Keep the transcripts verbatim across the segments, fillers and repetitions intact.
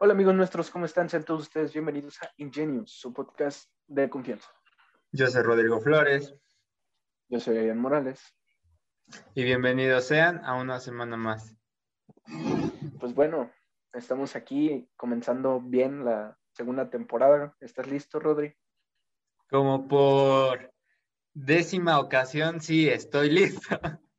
Hola amigos nuestros, ¿cómo están? Sean todos ustedes bienvenidos a Ingenious, su podcast de confianza. Yo soy Rodrigo Flores Yo soy Ian Morales. y bienvenidos sean a una semana más. Pues bueno, estamos aquí comenzando bien la segunda temporada. ¿Estás listo, Rodri? Como por décima ocasión, sí, estoy listo.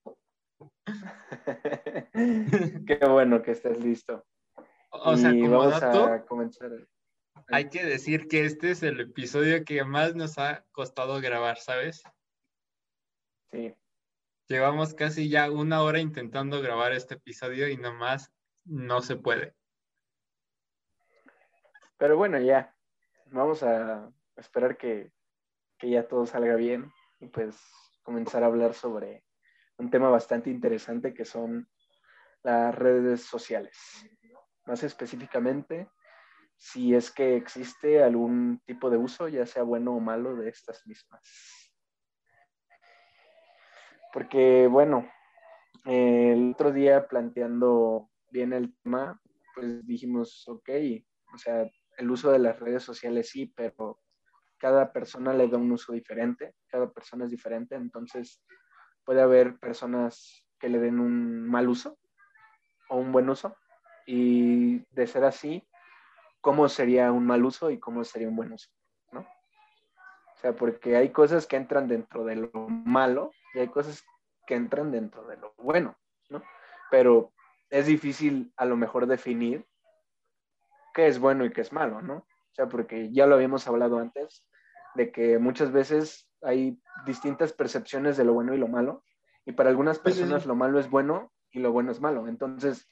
Qué bueno que estés listo. O sea, Y como vamos dato, a comenzar. hay que decir que este es el episodio que más nos ha costado grabar, ¿sabes? Sí, Llevamos casi ya una hora intentando grabar este episodio y nomás no se puede. pero bueno, ya. Vamos a esperar que, que ya todo salga bien y pues comenzar a hablar sobre un tema bastante interesante que son las redes sociales. Más específicamente, si es que existe algún tipo de uso, ya sea bueno o malo, de estas mismas. Porque, bueno, eh, el otro día planteando bien el tema, pues dijimos, ok, o sea, el uso de las redes sociales sí, pero cada persona le da un uso diferente, cada persona es diferente, entonces puede haber personas que le den un mal uso o un buen uso, y de ser así, cómo sería un mal uso y cómo sería un buen uso, ¿no? O sea, porque hay cosas que entran dentro de lo malo y hay cosas que entran dentro de lo bueno, ¿no? Pero es difícil a lo mejor definir qué es bueno y qué es malo, ¿no? O sea, porque ya lo habíamos hablado antes, de que muchas veces hay distintas percepciones de lo bueno y lo malo, y para algunas Sí, sí, personas sí. lo malo es bueno y lo bueno es malo. Entonces,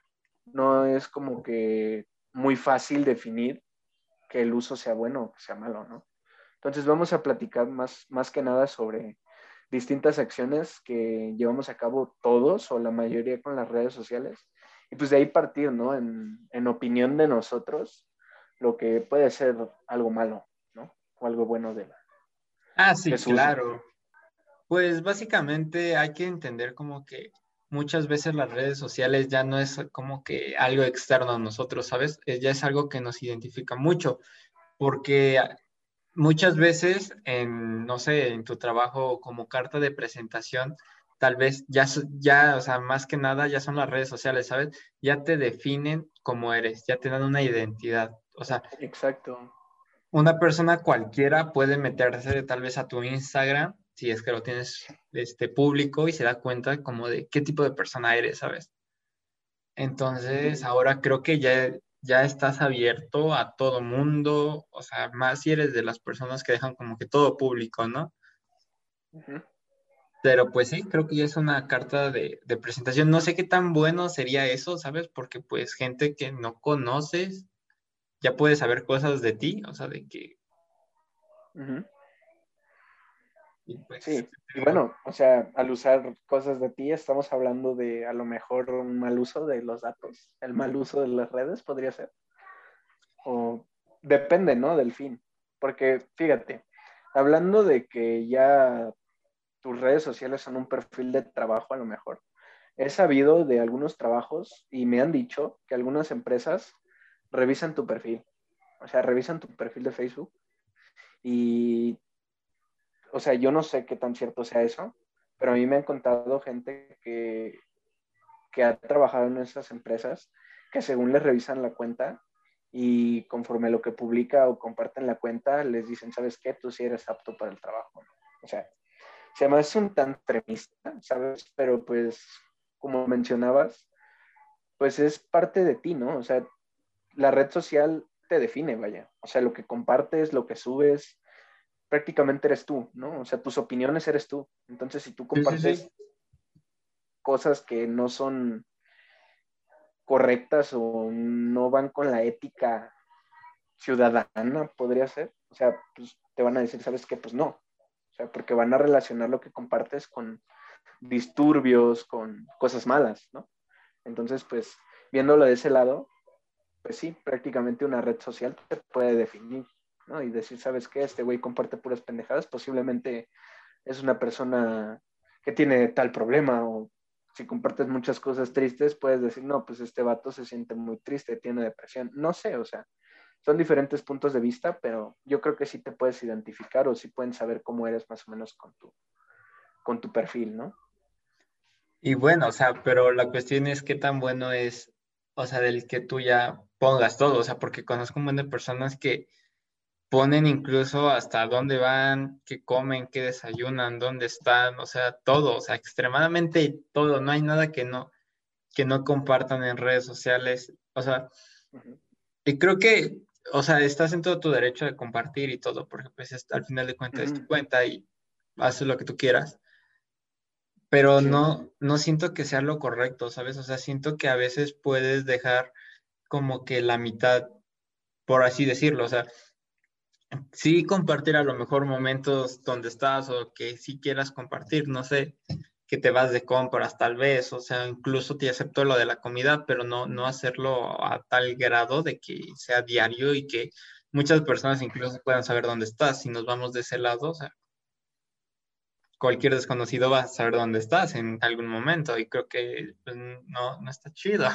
no es como que muy fácil definir que el uso sea bueno o que sea malo, ¿no? Entonces vamos a platicar más, más que nada sobre distintas acciones que llevamos a cabo todos o la mayoría con las redes sociales, y pues de ahí partir, ¿no? En, en opinión de nosotros, lo que puede ser algo malo, ¿no? O algo bueno de, la, Ah, de sí, su uso. claro. Pues básicamente hay que entender como que muchas veces las redes sociales ya no es como que algo externo a nosotros, ¿sabes? Eh, Ya es algo que nos identifica mucho, porque muchas veces en, no sé, en tu trabajo como carta de presentación, tal vez ya, so- ya, o sea, más que nada ya son las redes sociales, ¿sabes? Ya te definen como eres, ya te dan una identidad. O sea, Exacto. una persona cualquiera puede meterse tal vez a tu Instagram, si es que lo tienes este, público y se da cuenta como de qué tipo de persona eres, ¿sabes? Entonces, ahora creo que ya, ya estás abierto a todo mundo, o sea, más si eres de las personas que dejan como que todo público, ¿no? Uh-huh. Pero pues sí, creo que ya es una carta de, de presentación. No sé qué tan bueno sería eso, ¿sabes? Porque pues gente que no conoces ya puede saber cosas de ti, o sea, de que, Uh-huh. y pues, Sí, ¿qué te y digo? bueno, o sea, al usar cosas de ti, estamos hablando de a lo mejor un mal uso de los datos, el mal uso de las redes podría ser, o depende, ¿no? Del fin, porque fíjate, hablando de que ya tus redes sociales son un perfil de trabajo a lo mejor, he sabido de algunos trabajos y me han dicho que algunas empresas revisan tu perfil, o sea, revisan tu perfil de Facebook y, o sea, yo no sé qué tan cierto sea eso, pero a mí me han contado gente que, que ha trabajado en esas empresas que según les revisan la cuenta y conforme lo que publica o comparten la cuenta, les dicen, ¿sabes qué? Tú sí eres apto para el trabajo, ¿no? O sea, se me hace un tan extremista, ¿sabes? Pero pues, como mencionabas, pues es parte de ti, ¿no? O sea, la red social te define, vaya. O sea, lo que compartes, lo que subes, prácticamente eres tú, ¿no? O sea, tus opiniones eres tú. Entonces, si tú Sí, sí, sí. compartes cosas que no son correctas o no van con la ética ciudadana, podría ser, o sea, pues te van a decir, ¿sabes qué? Pues no. O sea, porque van a relacionar lo que compartes con disturbios, con cosas malas, ¿no? Entonces, pues, viéndolo de ese lado, pues sí, prácticamente una red social te puede definir, ¿no? Y decir, ¿sabes qué? Este güey comparte puras pendejadas, posiblemente es una persona que tiene tal problema o si compartes muchas cosas tristes, puedes decir, no, pues este vato se siente muy triste, tiene depresión. No sé, o sea, son diferentes puntos de vista, pero yo creo que sí te puedes identificar o sí pueden saber cómo eres más o menos con tu, con tu perfil, ¿no? Y bueno, o sea, pero la cuestión es qué tan bueno es, o sea, del que tú ya pongas todo, o sea, porque conozco un montón de personas que ponen incluso hasta dónde van, qué comen, qué desayunan, dónde están, o sea, todo, o sea, extremadamente todo, no hay nada que no, que no compartan en redes sociales, o sea, Uh-huh. y creo que, o sea, estás en todo tu derecho de compartir y todo, porque pues es- al final de cuentas es tu Uh-huh. cuenta y haces lo que tú quieras, pero Sí. no, no siento que sea lo correcto, ¿sabes? O sea, siento que a veces puedes dejar como que la mitad, por así decirlo, o sea, sí compartir a lo mejor momentos donde estás o que sí quieras compartir, no sé, que te vas de compras tal vez, o sea, incluso te acepto lo de la comida, pero no, no hacerlo a tal grado de que sea diario y que muchas personas incluso puedan saber dónde estás. Si nos vamos de ese lado, o sea, cualquier desconocido va a saber dónde estás en algún momento y creo que pues, no, no está chido.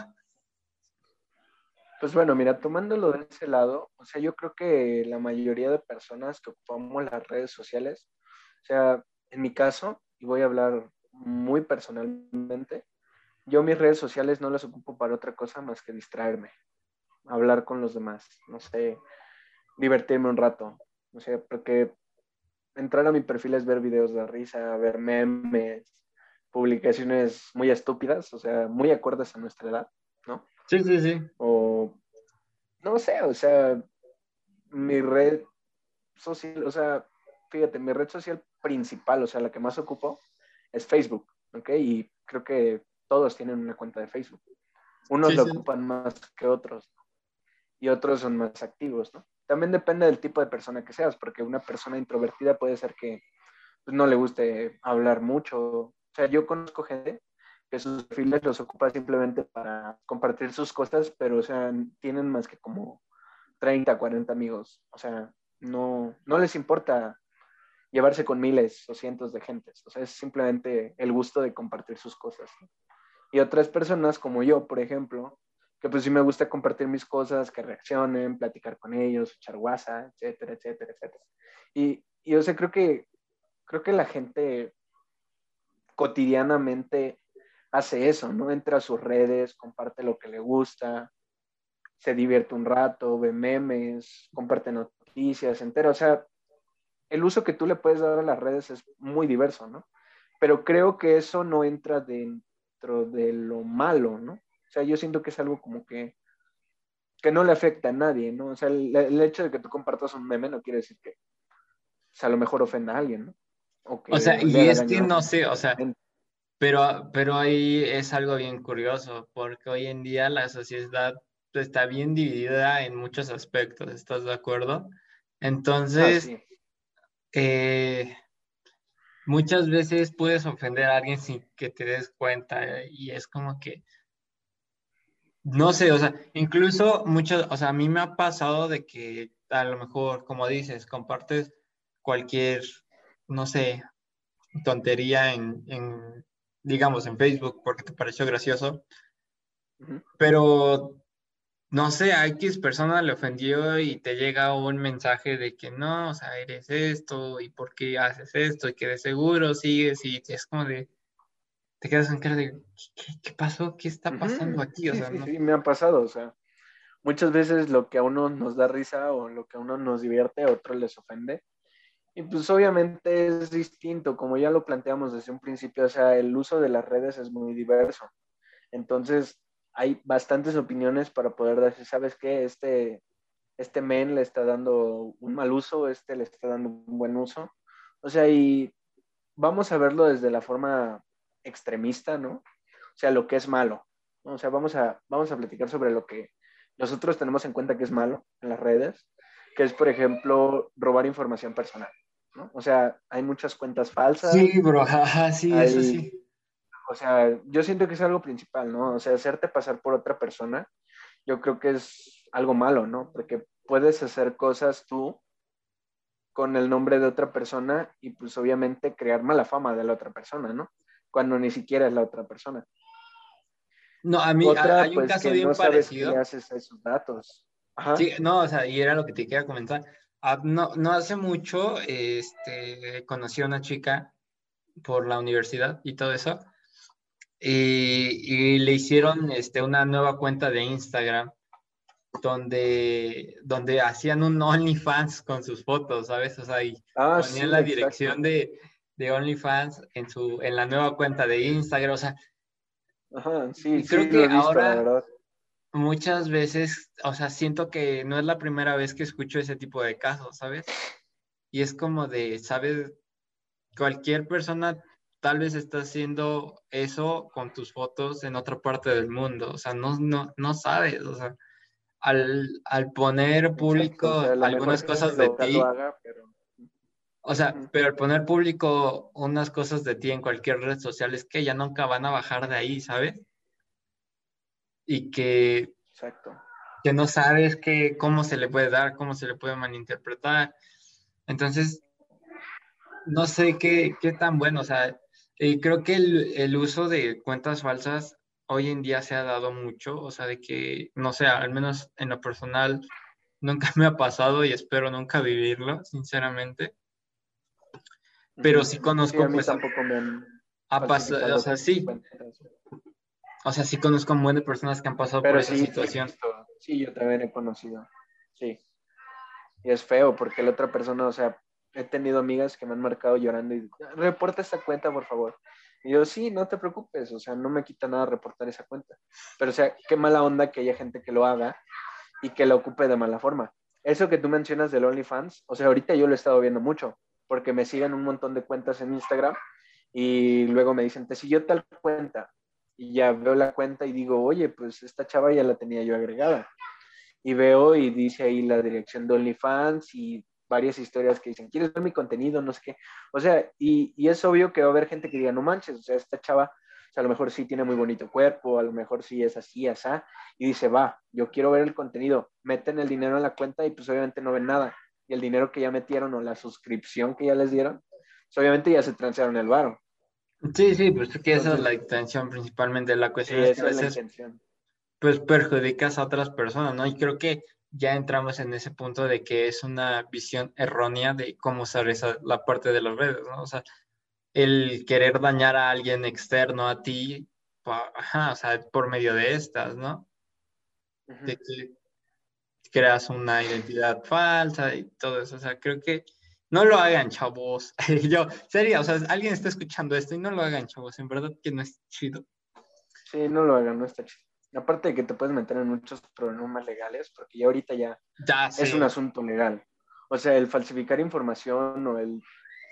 Pues bueno, mira, tomándolo de ese lado, o sea, yo creo que la mayoría de personas que ocupamos las redes sociales, o sea, en mi caso, y voy a hablar muy personalmente, yo mis redes sociales no las ocupo para otra cosa más que distraerme, hablar con los demás, no sé, divertirme un rato, o sea, porque entrar a mi perfil es ver videos de risa, ver memes, publicaciones muy estúpidas, o sea, muy acordes a nuestra edad, ¿no? Sí, sí, sí. O no sé, o sea, mi red social, o sea, fíjate, mi red social principal, o sea, la que más ocupo, es Facebook, ¿ok? Y creo que todos tienen una cuenta de Facebook. Unos Sí, lo sí. ocupan más que otros y otros son más activos, ¿no? También depende del tipo de persona que seas, porque una persona introvertida puede ser que pues, no le guste hablar mucho. O sea, yo conozco gente que sus perfiles los ocupa simplemente para compartir sus cosas, pero, o sea, tienen más que como treinta, cuarenta amigos. O sea, no, no les importa llevarse con miles o cientos de gentes. O sea, es simplemente el gusto de compartir sus cosas, ¿no? Y otras personas como yo, por ejemplo, que pues sí me gusta compartir mis cosas, que reaccionen, platicar con ellos, echar WhatsApp, etcétera, etcétera, etcétera. Y, y o sea, creo que, creo que la gente cotidianamente hace eso, ¿no? Entra a sus redes, comparte lo que le gusta, se divierte un rato, ve memes, comparte noticias, se entera. O sea, el uso que tú le puedes dar a las redes es muy diverso, ¿no? Pero creo que eso no entra dentro de lo malo, ¿no? O sea, yo siento que es algo como que, que no le afecta a nadie, ¿no? O sea, el, el hecho de que tú compartas un meme no quiere decir que o sea, a lo mejor ofenda a alguien, ¿no? O O sea, que le y haga es daño que a no alguien. sé, o sea, pero, pero ahí es algo bien curioso, porque hoy en día la sociedad está bien dividida en muchos aspectos, ¿estás de acuerdo? Ah, Entonces, sí. eh, muchas veces puedes ofender a alguien sin que te des cuenta, eh, y es como que, no sé, o sea, incluso muchos, o sea, a mí me ha pasado de que a lo mejor, como dices, compartes cualquier, no sé, tontería en, en, digamos, en Facebook porque te pareció gracioso, Uh-huh. pero no sé, a X persona le ofendió y te llega un mensaje de que no, o sea, eres esto y por qué haces esto y que de seguro sigues y es como de, te quedas en cara de, ¿qué, qué pasó? ¿Qué está pasando Uh-huh. aquí? O Sí, sea, sí, no. sí, me ha pasado. O sea, muchas veces lo que a uno nos da risa o lo que a uno nos divierte, a otro les ofende. Y pues obviamente es distinto, como ya lo planteamos desde un principio, o sea, el uso de las redes es muy diverso. Entonces, hay bastantes opiniones para poder decir, ¿sabes qué? Este, este men le está dando un mal uso, este le está dando un buen uso. O sea, y vamos a verlo desde la forma extremista, ¿no? O sea, lo que es malo, ¿no? O sea, vamos a, vamos a platicar sobre lo que nosotros tenemos en cuenta que es malo en las redes, que es, por ejemplo, robar información personal, ¿no? O sea, hay muchas cuentas falsas, Sí, bro, ajá, sí, eso hay, sí. o sea, yo siento que es algo principal, ¿no? O sea, hacerte pasar por otra persona, yo creo que es algo malo, ¿no? Porque puedes hacer cosas tú con el nombre de otra persona y pues obviamente crear mala fama de la otra persona, ¿no? cuando ni siquiera es la otra persona. No, a mí a- Otra, hay un pues caso que bien no sabes qué le parecido. haces a esos datos. Ajá. Sí, no, o sea, y era lo que te quería comentar. Ah, no, no hace mucho, este, conocí a una chica por la universidad y todo eso, y, y le hicieron, este, una nueva cuenta de Instagram donde, donde hacían un OnlyFans con sus fotos, ¿sabes? O sea, y Ah, ponían sí, la dirección exacto. de, de OnlyFans en su, en la nueva cuenta de Instagram, o sea, Ajá, sí, y creo sí, lo que he visto, la ahora verdad. muchas veces, o sea, siento que no es la primera vez que escucho ese tipo de casos, ¿sabes? Y es como de, ¿sabes? Cualquier persona tal vez está haciendo eso con tus fotos en otra parte del mundo, o sea, no, no, no sabes, o sea, al, al poner Exacto. O sea, público a lo mejor algunas gente cosas de local lo ti, haga, pero... o sea, Ujú. pero al poner público unas cosas de ti en cualquier red social es que ya nunca van a bajar de ahí, ¿sabes? Y que, Exacto. que no sabes que, cómo se le puede dar, cómo se le puede malinterpretar. Entonces, no sé qué, qué tan bueno, o sea, eh, creo que el, el uso de cuentas falsas hoy en día se ha dado mucho, o sea, de que, no sé, al menos en lo personal, nunca me ha pasado y espero nunca vivirlo, sinceramente, pero Ujú. sí Sí, a conozco, mí pues, ha, tampoco me han ha pasado, o falsificado sea, sí, cuentas. o sea, sí conozco un buen de personas que han pasado por Pero esa sí, sí he situación. visto. Sí, yo también he conocido. Sí. Y es feo porque la otra persona, o sea, he tenido amigas que me han marcado llorando y reporta esta cuenta, por favor. Y yo, sí, no te preocupes, o sea, no me quita nada reportar esa cuenta. Pero, o sea, qué mala onda que haya gente que lo haga y que la ocupe de mala forma. Eso que tú mencionas del OnlyFans, o sea, ahorita yo lo he estado viendo mucho, porque me siguen un montón de cuentas en Instagram y luego me dicen, te siguió tal cuenta. Y ya veo la cuenta y digo, oye, pues esta chava ya la tenía yo agregada y veo y dice ahí la dirección de OnlyFans y varias historias que dicen, ¿quieres ver mi contenido? No sé qué. O sea, y, y es obvio que va a haber gente que diga, no manches, o sea, esta chava, o sea, a lo mejor sí tiene muy bonito cuerpo, a lo mejor sí es así, asá, y dice, va, yo quiero ver el contenido, meten el dinero en la cuenta y pues obviamente no ven nada. Y el dinero que ya metieron o la suscripción que ya les dieron, pues obviamente ya se transearon el varo. Sí, sí, pues que esa es la Entonces, intención principalmente. La sí, cuestión es que a esa es la veces intención. pues perjudicas a otras personas, ¿no? Y creo que ya entramos en ese punto de que es una visión errónea de cómo usar esa, la parte de las redes, ¿no? O sea, el querer dañar a alguien externo a ti, pa- ajá, o sea, por medio de estas, ¿no? Ujú. De que creas una identidad falsa y todo eso, o sea, creo que no lo hagan, chavos. Yo, sería, o sea, alguien está escuchando esto y no lo hagan, chavos, en verdad que no es chido. Sí, no lo hagan, no está chido. Aparte de que te puedes meter en muchos problemas legales, porque ya ahorita ya Ya es un sé. asunto legal. O sea, el falsificar información o el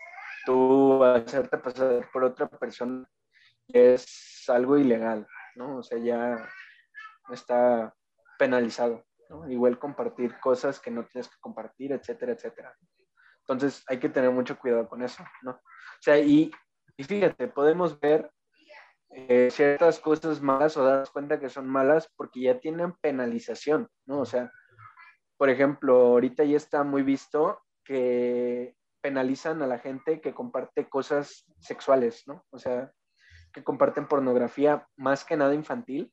tú hacerte pasar por otra persona es algo ilegal, ¿no? O sea, ya está penalizado, ¿no? Igual compartir cosas que no tienes que compartir, etcétera, etcétera. Entonces hay que tener mucho cuidado con eso, ¿no? O sea, y, y fíjate, podemos ver eh, ciertas cosas malas o darnos cuenta que son malas porque ya tienen penalización, ¿no? O sea, por ejemplo, ahorita ya está muy visto que penalizan a la gente que comparte cosas sexuales, ¿no? O sea, que comparten pornografía más que nada infantil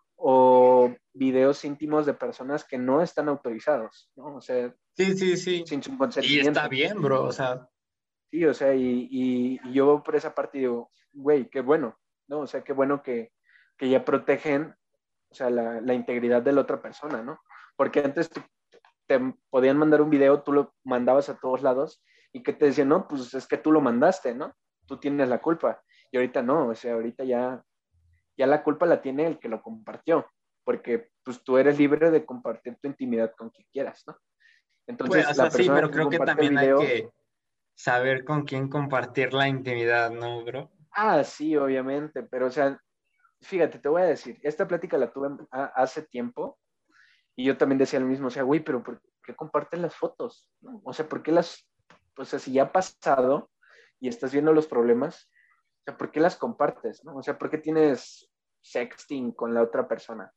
o videos íntimos de personas que no están autorizados, ¿no? O sea, Sí, sí, sí. sin su Y está consentimiento. bien, bro, o sea, Sí, o sea, y, y, y yo por esa parte digo, güey, qué bueno, ¿no? O sea, qué bueno que, que ya protegen, o sea, la, la integridad de la otra persona, ¿no? Porque antes te, te podían mandar un video, tú lo mandabas a todos lados y que te decían, no, pues es que tú lo mandaste, ¿no? Tú tienes la culpa. Y ahorita no, o sea, ahorita ya, ya la culpa la tiene el que lo compartió, porque pues tú eres libre de compartir tu intimidad con quien quieras, ¿no? pues, o Entonces, sea, la sí, persona pero que creo que comparte el también hay video, que saber con quién compartir la intimidad, ¿no, bro? ah, sí, obviamente, pero o sea, fíjate, te voy a decir, esta plática la tuve a- hace tiempo y yo también decía lo mismo, o sea, güey, pero ¿por qué comparten las fotos? ¿No? O sea, ¿por qué las, o sea, si ya ha pasado y estás viendo los problemas, o sea, ¿por qué las compartes? ¿No? O sea, ¿por qué tienes sexting con la otra persona?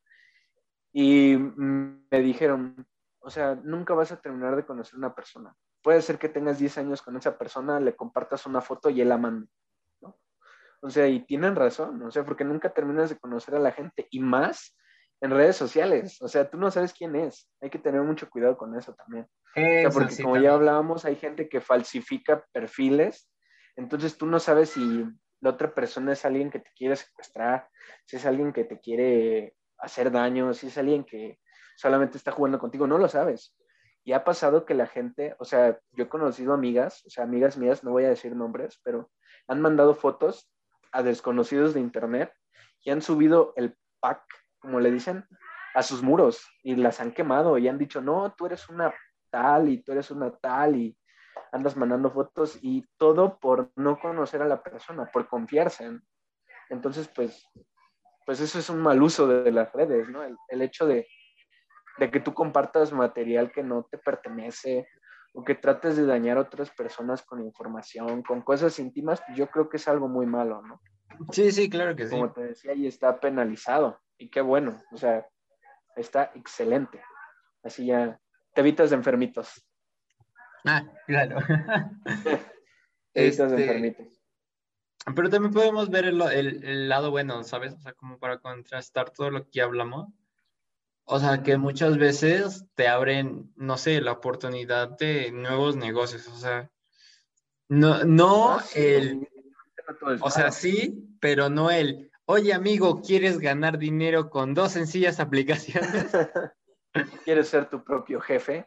Y mm, me dijeron, o sea, nunca vas a terminar de conocer una persona. Puede ser que tengas diez años con esa persona, le compartas una foto y él la manda, ¿no? O sea, y tienen razón, o sea, porque nunca terminas de conocer a la gente y más en redes sociales. O sea, tú no sabes quién es. Hay que tener mucho cuidado con eso también. O sea, Eso porque sí, como ya también. hablábamos, hay gente que falsifica perfiles, entonces tú no sabes si la otra persona es alguien que te quiere secuestrar, si es alguien que te quiere hacer daño, si es alguien que solamente está jugando contigo, no lo sabes. Y ha pasado que la gente, o sea, yo he conocido amigas, o sea, amigas mías, no voy a decir nombres, pero han mandado fotos a desconocidos de internet y han subido el pack, como le dicen, a sus muros y las han quemado y han dicho, no, tú eres una tal y tú eres una tal y andas mandando fotos y todo por no conocer a la persona, por confiarse. ¿No? Entonces, pues, pues eso es un mal uso de, de las redes, ¿no? El, el hecho de, de, que tú compartas material que no te pertenece o que trates de dañar a otras personas con información, con cosas íntimas, yo creo que es algo muy malo, ¿no? Sí, sí, claro Y que como sí. te decía, ahí está penalizado. Y qué bueno, o sea, está excelente. Así ya te evitas de enfermitos. Ah, claro. Te evitas de Este, enfermitos. pero también podemos ver el, el- el lado bueno, ¿sabes? O sea, como para contrastar todo lo que hablamos. O sea, que Uh-huh. muchas veces te abren, no sé, la oportunidad de nuevos negocios. O sea, no, no Ah, sí, el, evidentemente no todo es o sea, malo. sí, pero no el, oye amigo, ¿quieres ganar dinero con dos sencillas aplicaciones? ¿Quieres ser tu propio jefe?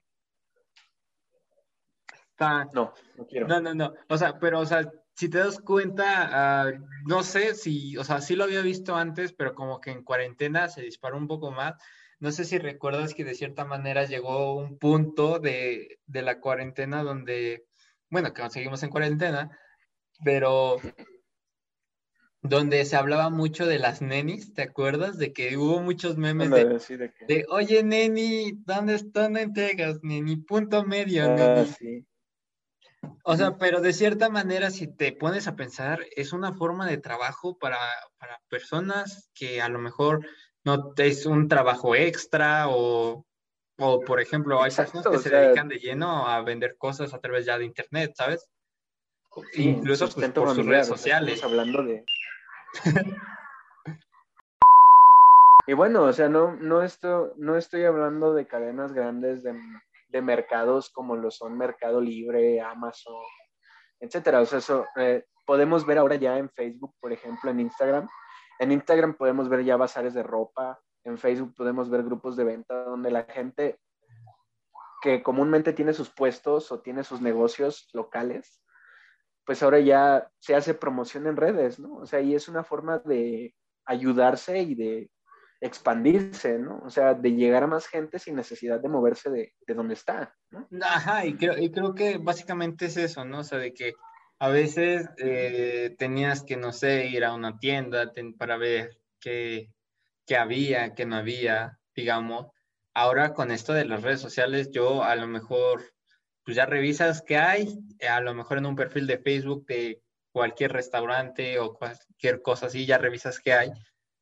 Está, No, no quiero. no, no, no. O sea, pero, o sea, si te das cuenta, ah, no sé si, o sea, sí lo había visto antes, pero como que en cuarentena se disparó un poco más. No sé si recuerdas que de cierta manera llegó un punto de, de la cuarentena donde, bueno, que seguimos en cuarentena, pero donde se hablaba mucho de las nenis, ¿te acuerdas? De que hubo muchos memes Anda a de, decir de que. de, oye, neni, ¿dónde están ¿Dónde entregas, neni? Punto medio, Ah, neni. sí. O Uh-huh. sea, pero de cierta manera, si te pones a pensar, es una forma de trabajo para, para personas que a lo mejor no te- es un trabajo extra o, o, por ejemplo, hay personas Exacto, que o se sea, dedican de lleno a vender cosas a través ya de internet, ¿sabes? sí, Incluso pues sustento por sus redes familiar, o sea, sociales. estamos hablando de. Y bueno, o sea, no, no, esto, no estoy hablando de cadenas grandes de, de mercados como lo son Mercado Libre, Amazon, etcétera. O sea, eso eh, podemos ver ahora ya en Facebook, por ejemplo, en Instagram. En Instagram podemos ver ya bazares de ropa, en Facebook podemos ver grupos de venta donde la gente que comúnmente tiene sus puestos o tiene sus negocios locales, pues ahora ya se hace promoción en redes, ¿no? O sea, y es una forma de ayudarse y de expandirse, ¿no? O sea, de llegar a más gente sin necesidad de moverse de, de donde está, ¿no? Ajá, y creo, y creo que básicamente es eso, ¿no? O sea, de que a veces eh, tenías que, no sé, ir a una tienda ten- para ver qué, qué había, qué no había, digamos. Ahora con esto de las redes sociales, yo a lo mejor, pues ya revisas qué hay, eh, a lo mejor en un perfil de Facebook de cualquier restaurante o cualquier cosa así, ya revisas qué hay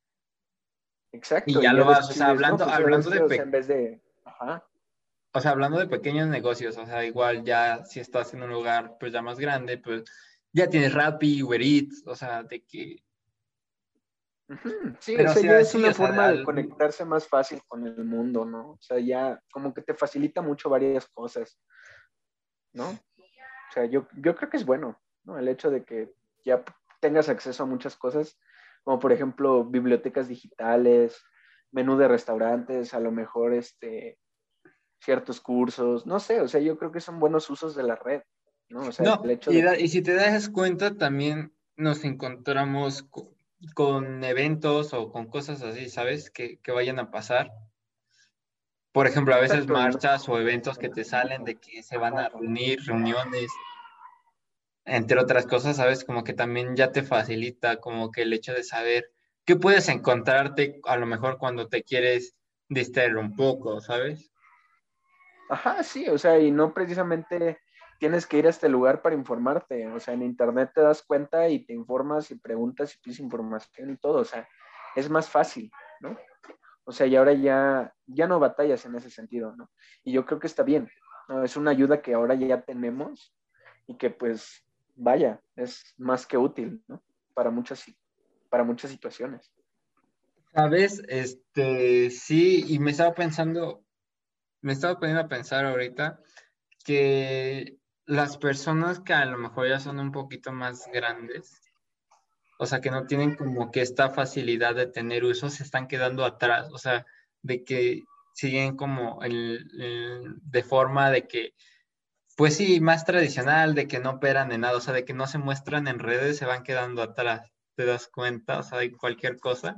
y Exacto, ya y lo ya vas, o sea, decides, no, hablando, pues sabes hablando qué, de, o sea, pe- en vez de, ajá, O sea, hablando de pequeños negocios, o sea, igual ya si estás en un lugar pues ya más grande, pues ya tienes Rappi, Uber Eats, o sea, de que, uh-huh. Sí, o pero o sea, ya sea, es sí, una o sea, forma de al- conectarse más fácil con el mundo, ¿no? O sea, ya como que te facilita mucho varias cosas, ¿no? O sea, yo, yo creo que es bueno, ¿no? El hecho de que ya tengas acceso a muchas cosas, como por ejemplo bibliotecas digitales, menú de restaurantes, a lo mejor este, ciertos cursos, no sé, o sea, yo creo que son buenos usos de la red, ¿no? O sea, el no, hecho y, de da- y que, si te das cuenta, también nos encontramos co- con, eventos o con cosas así, ¿sabes? Que, que vayan a pasar. Por ejemplo, a veces exacto, y no marchas o eventos que te conoces salen mucho. de que se van a Ajá, reunir, reuniones. Entre otras cosas, ¿sabes? Como que también ya te facilita como que el hecho de saber qué puedes encontrarte a lo mejor cuando te quieres distraer un poco, ¿sabes? ajá, sí, o sea, y no precisamente tienes que ir a este lugar para informarte, o sea, en internet te das cuenta y te informas y preguntas y pides información y todo, o sea, es más fácil, ¿no? O sea, y ahora ya, ya no batallas en ese sentido, ¿no? Y yo creo que está bien, ¿no? Es una ayuda que ahora ya tenemos y que pues, vaya, es más que útil, ¿no? para muchas, para muchas situaciones. ¿Sabes? Este, sí, y me estaba pensando, me estaba poniendo a pensar ahorita que las personas que a lo mejor ya son un poquito más grandes, o sea, que no tienen como que esta facilidad de tener uso, se están quedando atrás, o sea, de que siguen como el, el- de forma de que, pues sí, más tradicional, de que no operan en nada, o sea, de que no se muestran en redes, se van quedando atrás, ¿te das cuenta? O sea, de cualquier cosa.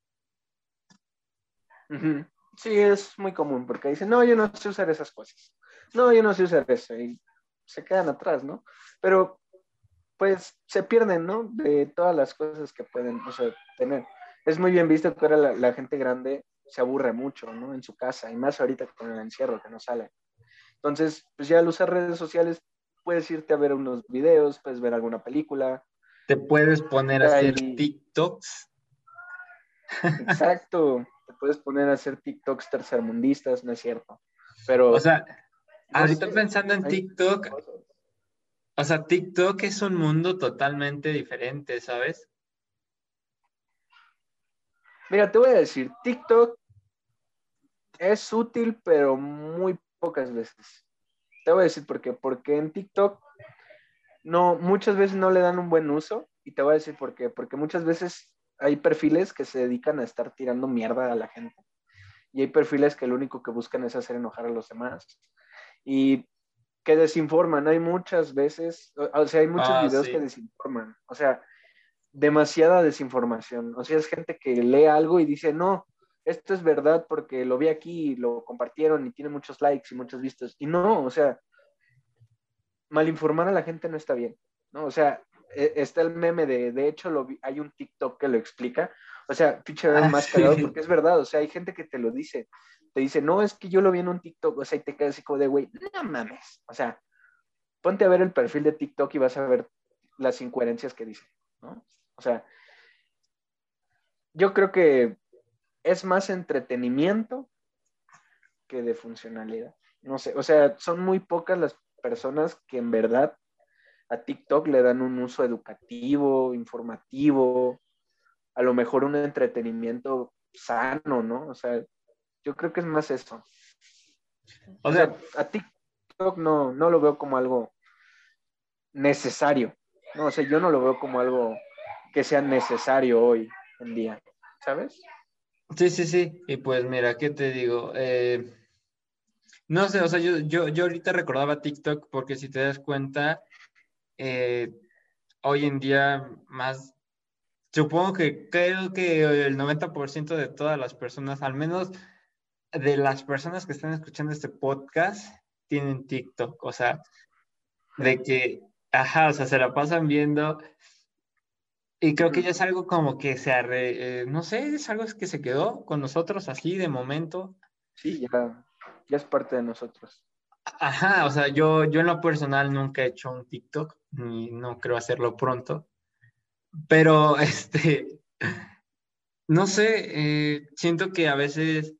Ujú. Sí, es muy común porque dicen, no, yo no sé usar esas cosas. No, yo no sé usar eso. Y se quedan atrás, ¿no? Pero pues se pierden, ¿no? De todas las cosas que pueden, o sea, tener. Es muy bien visto que ahora la, la gente grande se aburre mucho, ¿no? En su casa, y más ahorita con el encierro que no sale. Entonces, pues ya al usar redes sociales, puedes irte a ver unos videos, puedes ver alguna película. Te puedes poner a hacer Ahí, TikToks. exacto, te puedes poner a hacer TikToks tercermundistas, no es cierto. O Pero, sea, no ahorita sé, pensando en hay TikTok, cosas. o sea, TikTok es un mundo totalmente diferente, ¿sabes? Mira, te voy a decir, TikTok es útil, pero muy pocas veces. Te voy a decir por qué. Porque en TikTok no, muchas veces no le dan un buen uso. Y te voy a decir por qué. Porque muchas veces hay perfiles que se dedican a estar tirando mierda a la gente. Y hay perfiles que lo único que buscan es hacer enojar a los demás. Y que desinforman. Hay muchas veces, o, o sea, hay muchos Ah, videos que sí. desinforman. O sea, demasiada desinformación. O sea, es gente que lee algo y dice, no, esto es verdad porque lo vi aquí y lo compartieron y tiene muchos likes y muchos vistos. Y no, o sea, malinformar a la gente no está bien, ¿no? O sea, e- está el meme de, de hecho, lo vi- hay un TikTok que lo explica. O sea, pinche meme Ah, más cagado sí. porque es verdad, o sea, hay gente que te lo dice. Te dice, no, es que yo lo vi en un TikTok, o sea, y te quedas así como de, güey, no mames. O sea, ponte a ver el perfil de TikTok y vas a ver las incoherencias que dice, ¿no? O sea, yo creo que es más entretenimiento que de funcionalidad. No sé, o sea, son muy pocas las personas que en verdad a TikTok le dan un uso educativo, informativo, a lo mejor un entretenimiento sano, ¿no? O sea, yo creo que es más eso. O O sea, sea, a TikTok no, no lo veo como algo necesario, ¿no? O sea, yo no lo veo como algo que sea necesario hoy en día, ¿sabes? sí, sí, sí. Y pues mira, ¿qué te digo? Eh, no sé, o sea, yo, yo, yo ahorita recordaba TikTok porque si te das cuenta, eh, hoy en día más, supongo que creo que el noventa por ciento de todas las personas, al menos de las personas que están escuchando este podcast, tienen TikTok. O sea, de que, ajá, o sea, se la pasan viendo. Y creo que ya es algo como que se arre, eh, no sé, es algo que se quedó con nosotros así de momento. Sí, ya, ya es parte de nosotros. Ajá, o sea, yo, yo en lo personal nunca he hecho un TikTok, ni no creo hacerlo pronto, pero este, no sé, eh, siento que a veces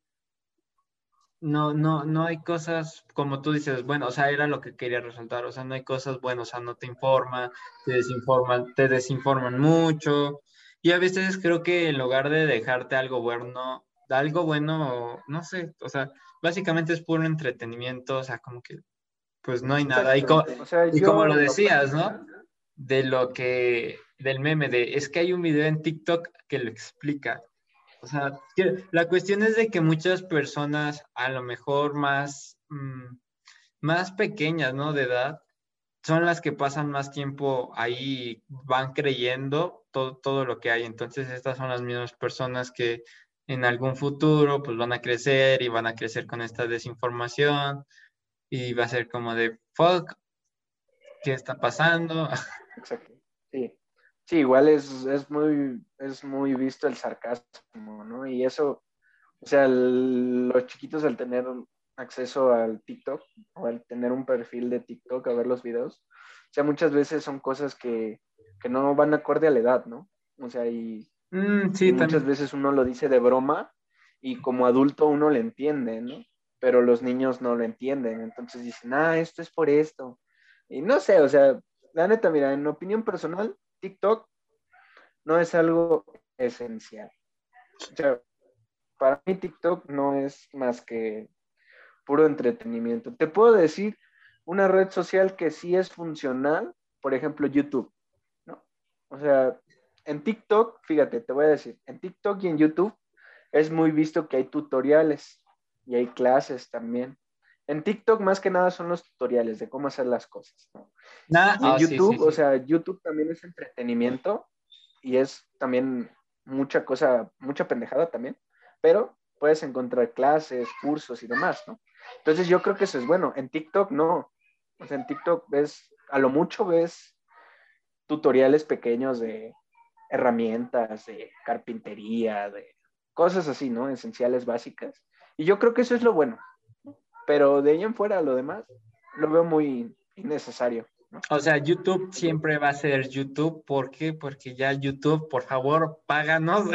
no, no, no hay cosas como tú dices, bueno, o sea, era lo que quería resaltar, o sea, no hay cosas buenas, o sea, no te informan, te desinforman, te desinforman mucho, y a veces creo que en lugar de dejarte algo bueno, algo bueno, no sé, o sea, básicamente es puro entretenimiento, o sea, como que pues no hay nada, y, Exacto. co- O sea, y como lo yo en lo decías, personal, ¿no? De lo que, del meme de, es que hay un video en TikTok que lo explica. O sea, que la cuestión es de que muchas personas, a lo mejor más, mm, más pequeñas, ¿no? De edad, son las que pasan más tiempo ahí y van creyendo todo, todo lo que hay. Entonces, estas son las mismas personas que en algún futuro, pues van a crecer y van a crecer con esta desinformación y va a ser como de, fuck, ¿qué está pasando? exacto. Sí. Sí, igual es, es muy, es muy visto el sarcasmo, ¿no? Y eso, o sea, el- los chiquitos al tener un acceso al TikTok o al tener un perfil de TikTok a ver los videos, o sea, muchas veces son cosas que, que no van acorde a la edad, ¿no? O sea, y, Mm, y sí, muchas también. veces uno lo dice de broma y como adulto uno lo entiende, ¿no? Pero los niños no lo entienden, entonces dicen, ah, esto es por esto. Y no sé, o sea, la neta, mira, en opinión personal, TikTok no es algo esencial. O sea, para mí TikTok no es más que puro entretenimiento. Te puedo decir una red social que sí es funcional, por ejemplo, YouTube, ¿no? O sea, en TikTok, fíjate, te voy a decir, en TikTok y en YouTube es muy visto que hay tutoriales y hay clases también. En TikTok más que nada son los tutoriales de cómo hacer las cosas, ¿no? Nada, Y en ah, sí, sí, YouTube, o sí. sea, YouTube también es entretenimiento y es también mucha cosa, mucha pendejada también, pero puedes encontrar clases, cursos y demás, ¿no? Entonces yo creo que eso es bueno. En TikTok no. O sea, en TikTok ves, a lo mucho ves tutoriales pequeños de herramientas, de carpintería, de cosas así, ¿no? Esenciales, básicas. Y yo creo que eso es lo bueno. Pero de ahí en fuera, lo demás, lo veo muy innecesario, ¿no? O sea, YouTube siempre va a ser YouTube. ¿Por qué? Porque ya YouTube, por favor, páganos.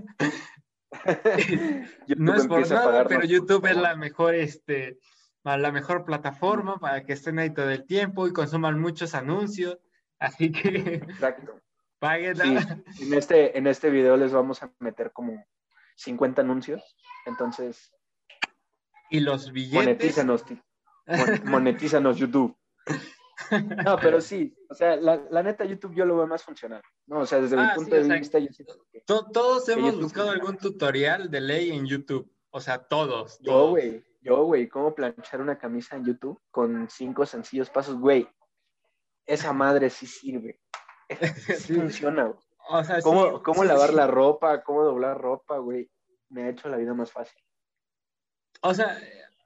No YouTube es por empieza a nada, pero pagarnos, por YouTube es favor. la mejor, este, la mejor plataforma para que estén ahí todo el tiempo y consuman muchos anuncios. Así que Exacto. paguen. Sí, en este, en este video les vamos a meter como cincuenta anuncios. Entonces, Y los billetes. monetízanos, mon- monetízanos YouTube. No, pero sí, o sea, la, la, neta YouTube yo lo veo más funcional, ¿no? O sea, desde mi Ah, punto sí, o de sea, vista, yo siento que, to- todos que hemos YouTube buscado funciona. algún tutorial de ley en YouTube. O sea, todos, Yo, todos. güey, yo, güey, cómo planchar una camisa en YouTube con cinco sencillos pasos, güey, esa madre sí sirve, sí Sí. funciona, güey. O sea, sí, ¿Cómo, cómo sí, lavar sí. la ropa, cómo doblar ropa, güey? Me ha hecho la vida más fácil. O sea,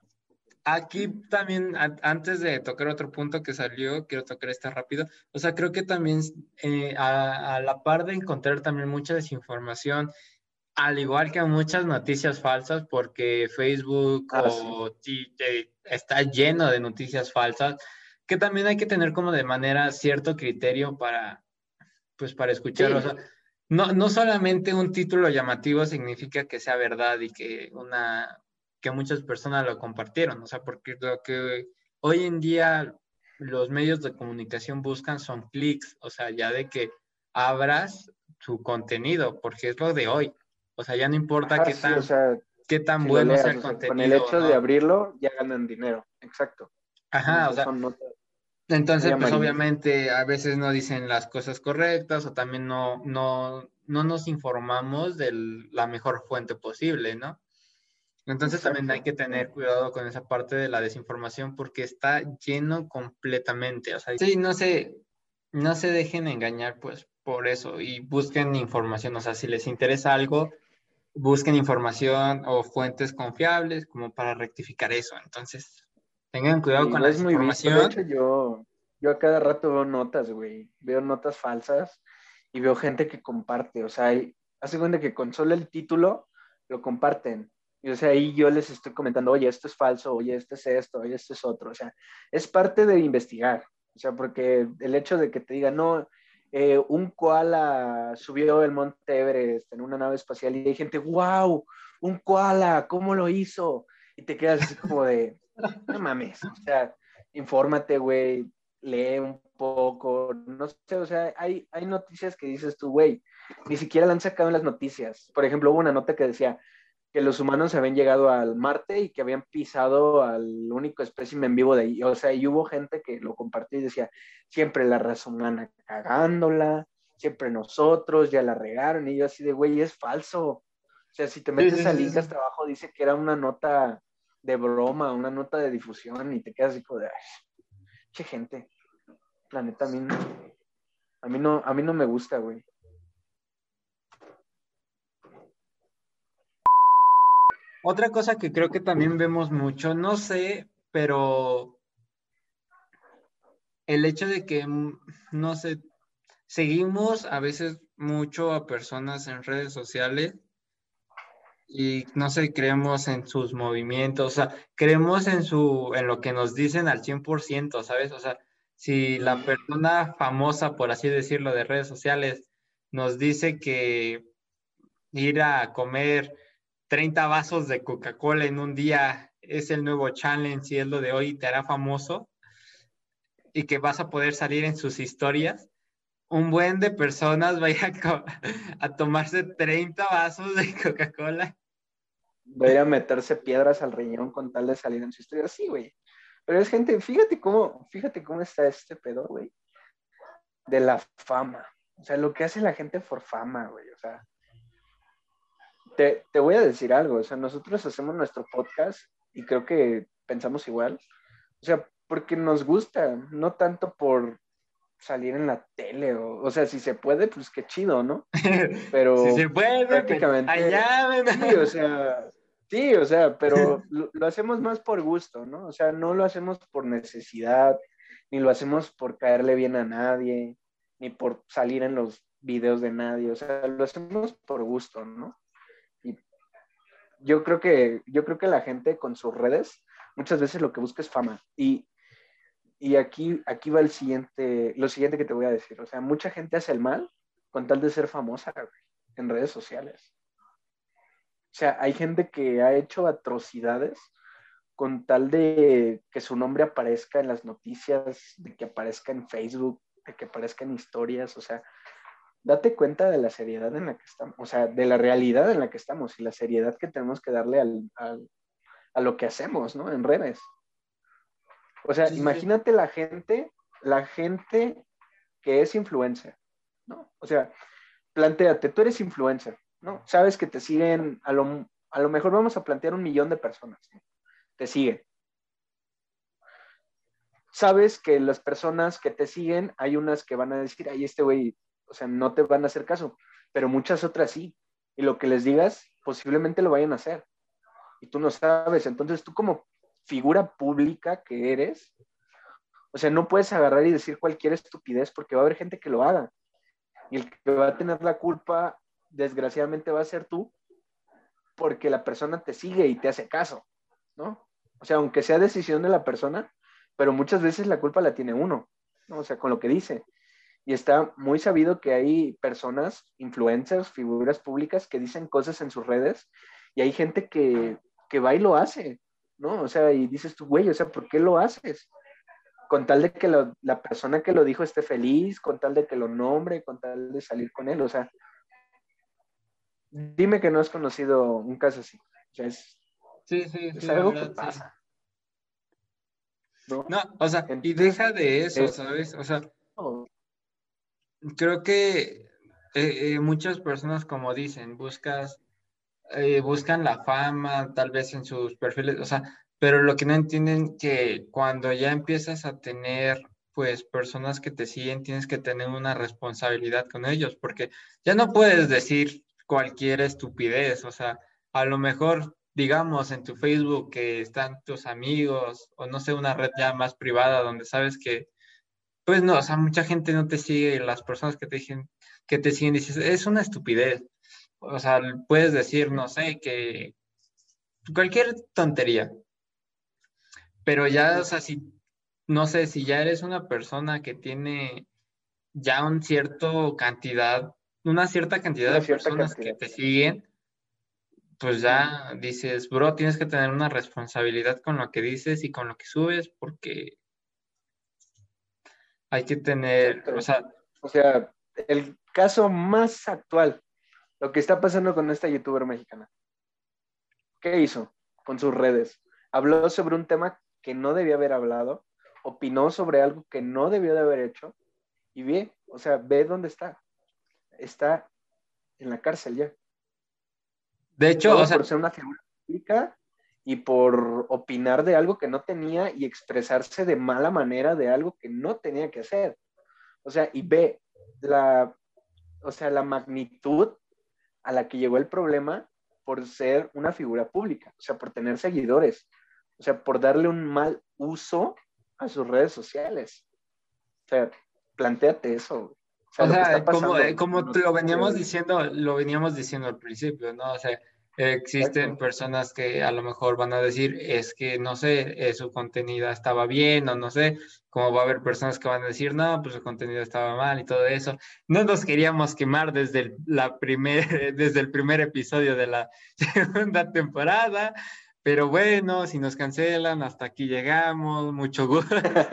aquí también, a- antes de tocar otro punto que salió, quiero tocar este rápido. O sea, creo que también eh, a, a la par de encontrar también mucha desinformación, al igual que muchas noticias falsas, porque Facebook Ah, sí. o ti- eh, está lleno de noticias falsas, que también hay que tener como de manera cierto criterio para, pues, para escuchar. O Sí, sea, no, no solamente un título llamativo significa que sea verdad y que una que muchas personas lo compartieron, o sea, porque lo que hoy en día los medios de comunicación buscan son clics, o sea, ya de que abras su contenido, porque es lo de hoy. O sea, ya no importa ajá, qué sí, o tan, sea, qué tan si lo bueno sea leas, el o sea, con el contenido o hecho de no. abrirlo ya ganan dinero, exacto. O Ajá, o sea, sea, son notas muy entonces, pues amarillistas. obviamente a veces no dicen las cosas correctas o también no, no, no nos informamos de la mejor fuente posible, ¿no? Entonces también hay Exacto. que tener cuidado con esa parte de la desinformación porque está lleno completamente. O sea, sí, no se, no se dejen engañar pues por eso y busquen información. O sea, si les interesa algo, busquen información o fuentes confiables como para rectificar eso. Entonces, tengan cuidado Sí, con la güey, es muy visto. De hecho, desinformación. yo, yo a cada rato veo notas, güey. Veo notas falsas y veo gente que comparte. O sea, hay- hace cuenta que con solo el título lo comparten. Y o sea, ahí yo les estoy comentando, oye, esto es falso, oye, esto es esto, oye, esto es otro. O sea, es parte de investigar. O sea, porque el hecho de que te digan, no, eh, un koala subió el Monte Everest en una nave espacial y hay gente, wow, un koala, ¿cómo lo hizo? Y te quedas así como de, no mames, o sea, infórmate, güey, lee un poco, no sé, o sea, hay, hay noticias que dices tú, güey, ni siquiera la han sacado en las noticias. Por ejemplo, hubo una nota que decía que los humanos habían llegado al Marte y que habían pisado al único espécimen vivo de ahí. O sea, y hubo gente que lo compartía y decía, siempre la raza humana cagándola, siempre nosotros, ya la regaron. Y yo así de, güey, es falso. O sea, si te Sí, sí, metes al sí, link sí. hasta abajo, dice que era una nota de broma, una nota de difusión, y te quedas así como de, ay, che gente, la neta, a mí, no- a mí no, a mí no me gusta, güey. Otra cosa que creo que también vemos mucho, no sé, pero el hecho de que, mm, no sé, seguimos a veces mucho a personas en redes sociales y no sé, creemos en sus movimientos, o sea, creemos en su, en lo que nos dicen al cien por ciento, ¿sabes? O sea, si la persona famosa, por así decirlo, de redes sociales nos dice que ir a comer treinta vasos de Coca-Cola en un día es el nuevo challenge y es lo de hoy y te hará famoso y que vas a poder salir en sus historias, un buen de personas vaya a, co- a tomarse treinta vasos de Coca-Cola. Va a ir a meterse piedras al riñón con tal de salir en su historia. Sí, güey. Pero es gente, fíjate cómo, fíjate cómo está este pedo, güey, de la fama. O sea, lo que hace la gente por fama, güey. O sea, te, te voy a decir algo. O sea, nosotros hacemos nuestro podcast y creo que pensamos igual. O sea, porque nos gusta, no tanto por salir en la tele. O, o sea, si se puede, pues qué chido, ¿no? Si Pero se puede, pues, prácticamente, allá, ven. sí, o sea, sí, o sea, pero lo, lo hacemos más por gusto, ¿no? O sea, no lo hacemos por necesidad, ni lo hacemos por caerle bien a nadie, ni por salir en los videos de nadie, o sea, lo hacemos por gusto, ¿no? Y yo creo que, yo creo que la gente con sus redes muchas veces lo que busca es fama. Y, y aquí, aquí va el siguiente, lo siguiente que te voy a decir. O sea, mucha gente hace el mal con tal de ser famosa, güey, en redes sociales. O sea, hay gente que ha hecho atrocidades con tal de que su nombre aparezca en las noticias, de que aparezca en Facebook, de que aparezca en historias. O sea, date cuenta de la seriedad en la que estamos, o sea, de la realidad en la que estamos y la seriedad que tenemos que darle al, al, a lo que hacemos, ¿no? En redes. O sea, Sí, sí, sí. imagínate la gente, la gente que es influencer, ¿no? O sea, plantéate, tú eres influencer, ¿no? Sabes que te siguen, a lo, a lo mejor vamos a plantear un millón de personas, ¿no? Te siguen. Sabes que las personas que te siguen, hay unas que van a decir, ay, este güey, o sea, no te van a hacer caso, pero muchas otras sí. Y lo que les digas, posiblemente lo vayan a hacer. Y tú no sabes. Entonces, tú como figura pública que eres, o sea, no puedes agarrar y decir cualquier estupidez porque va a haber gente que lo haga. Y el que va a tener la culpa, desgraciadamente, va a ser tú porque la persona te sigue y te hace caso, ¿no? O sea, aunque sea decisión de la persona, pero muchas veces la culpa la tiene uno, ¿no? O sea, con lo que dice. Y está muy sabido que hay personas, influencers, figuras públicas que dicen cosas en sus redes y hay gente que, que va y lo hace, ¿no? O sea, y dices tú, güey, o sea, ¿por qué lo haces? Con tal de que lo, la persona que lo dijo esté feliz, con tal de que lo nombre, con tal de salir con él, o sea, dime que no has conocido un caso así. O sea, es, Sí, sí, es sí, la algo que verdad, sí. pasa, ¿no? No, o sea, y Entonces, deja de eso, eh, ¿sabes? O sea, no, creo que eh, eh, muchas personas, como dicen, buscas, eh, buscan la fama, tal vez en sus perfiles, o sea, pero lo que no entienden que cuando ya empiezas a tener, pues, personas que te siguen, tienes que tener una responsabilidad con ellos, porque ya no puedes decir cualquier estupidez, o sea, a lo mejor, digamos, en tu Facebook que están tus amigos, o no sé, una red ya más privada donde sabes que pues no, o sea, mucha gente no te sigue y las personas que te siguen, que te siguen dices, es una estupidez. O sea, puedes decir, no sé, que cualquier tontería, pero ya, o sea, si, no sé, si ya eres una persona que tiene ya un cierto cantidad, una cierta cantidad una de cierta personas que cantidad. te siguen, pues Ujú. ya dices, bro, tienes que tener una responsabilidad con lo que dices y con lo que subes, porque hay que tener, o Exacto. sea, O sea, el caso más actual, lo que está pasando con esta youtuber mexicana. ¿Qué hizo con sus redes? Habló sobre un tema que no debía haber hablado, opinó sobre algo que no debió de haber hecho y ve, o sea, ve dónde está. Está en la cárcel ya. de hecho, o Todo sea, por ser una figura pública y por opinar de algo que no tenía y expresarse de mala manera de algo que no tenía que hacer. O sea, y ve la, o sea, la magnitud a la que llegó el problema por ser una figura pública, o sea, por tener seguidores, o sea, por darle un mal uso a sus redes sociales. O sea, planteate eso. O sea, o lo que sea, está como, pasando eh, como te lo noticias de veníamos hoy. diciendo, lo veníamos diciendo al principio, ¿no? O sea, eh, existen Exacto. personas que a lo mejor van a decir, es que no sé, eh, su contenido estaba bien o no sé, como va a haber personas que van a decir, no, pues su contenido estaba mal y todo eso. No nos queríamos quemar desde el, la primer, desde el primer episodio de la segunda temporada, Pero bueno, si nos cancelan, hasta aquí llegamos, mucho gusto.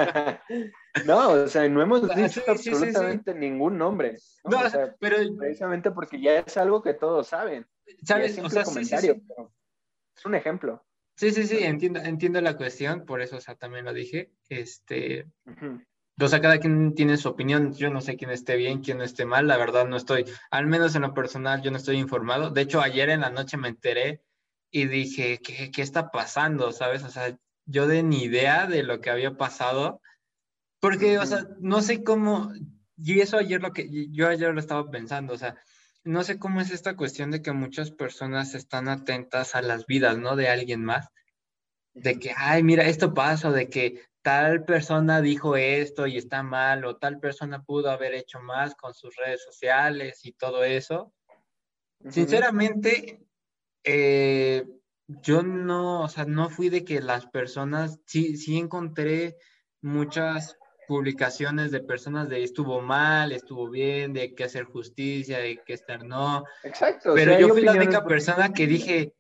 No, o sea, no hemos Ah, dicho sí, sí, sí, sí. absolutamente ningún nombre, No, ¿no? O sea, pero, precisamente porque ya es algo que todos saben y es ¿sabes? O simple sea, sí, sí, comentario, sí. pero es un ejemplo, Sí, sí, sí, ¿no? entiendo, entiendo la cuestión, por eso, o sea, también lo dije. Este, Ujú. o sea, cada quien tiene su opinión. Yo no sé quién esté bien, quién no esté mal. La verdad, no estoy, al menos en lo personal, yo no estoy informado. De hecho, ayer en la noche me enteré y dije, ¿qué, qué está pasando? ¿Sabes? O sea, yo de ni idea de lo que había pasado. Porque, o sea, Ujú. no sé cómo, y eso ayer lo que, yo ayer lo estaba pensando, o sea, no sé cómo es esta cuestión de que muchas personas están atentas a las vidas, ¿no? De alguien más, de Ujú. que, ay, mira, esto pasa, o de que tal persona dijo esto y está mal, o tal persona pudo haber hecho más con sus redes sociales y todo eso. Ujú. Sinceramente, eh, yo no, o sea, no fui de que las personas, sí, sí encontré muchas publicaciones de personas de estuvo mal, estuvo bien, de que hacer justicia, de que estar no, Exacto, o pero sea, yo hay fui la opiniones única muy persona que distintas. dije,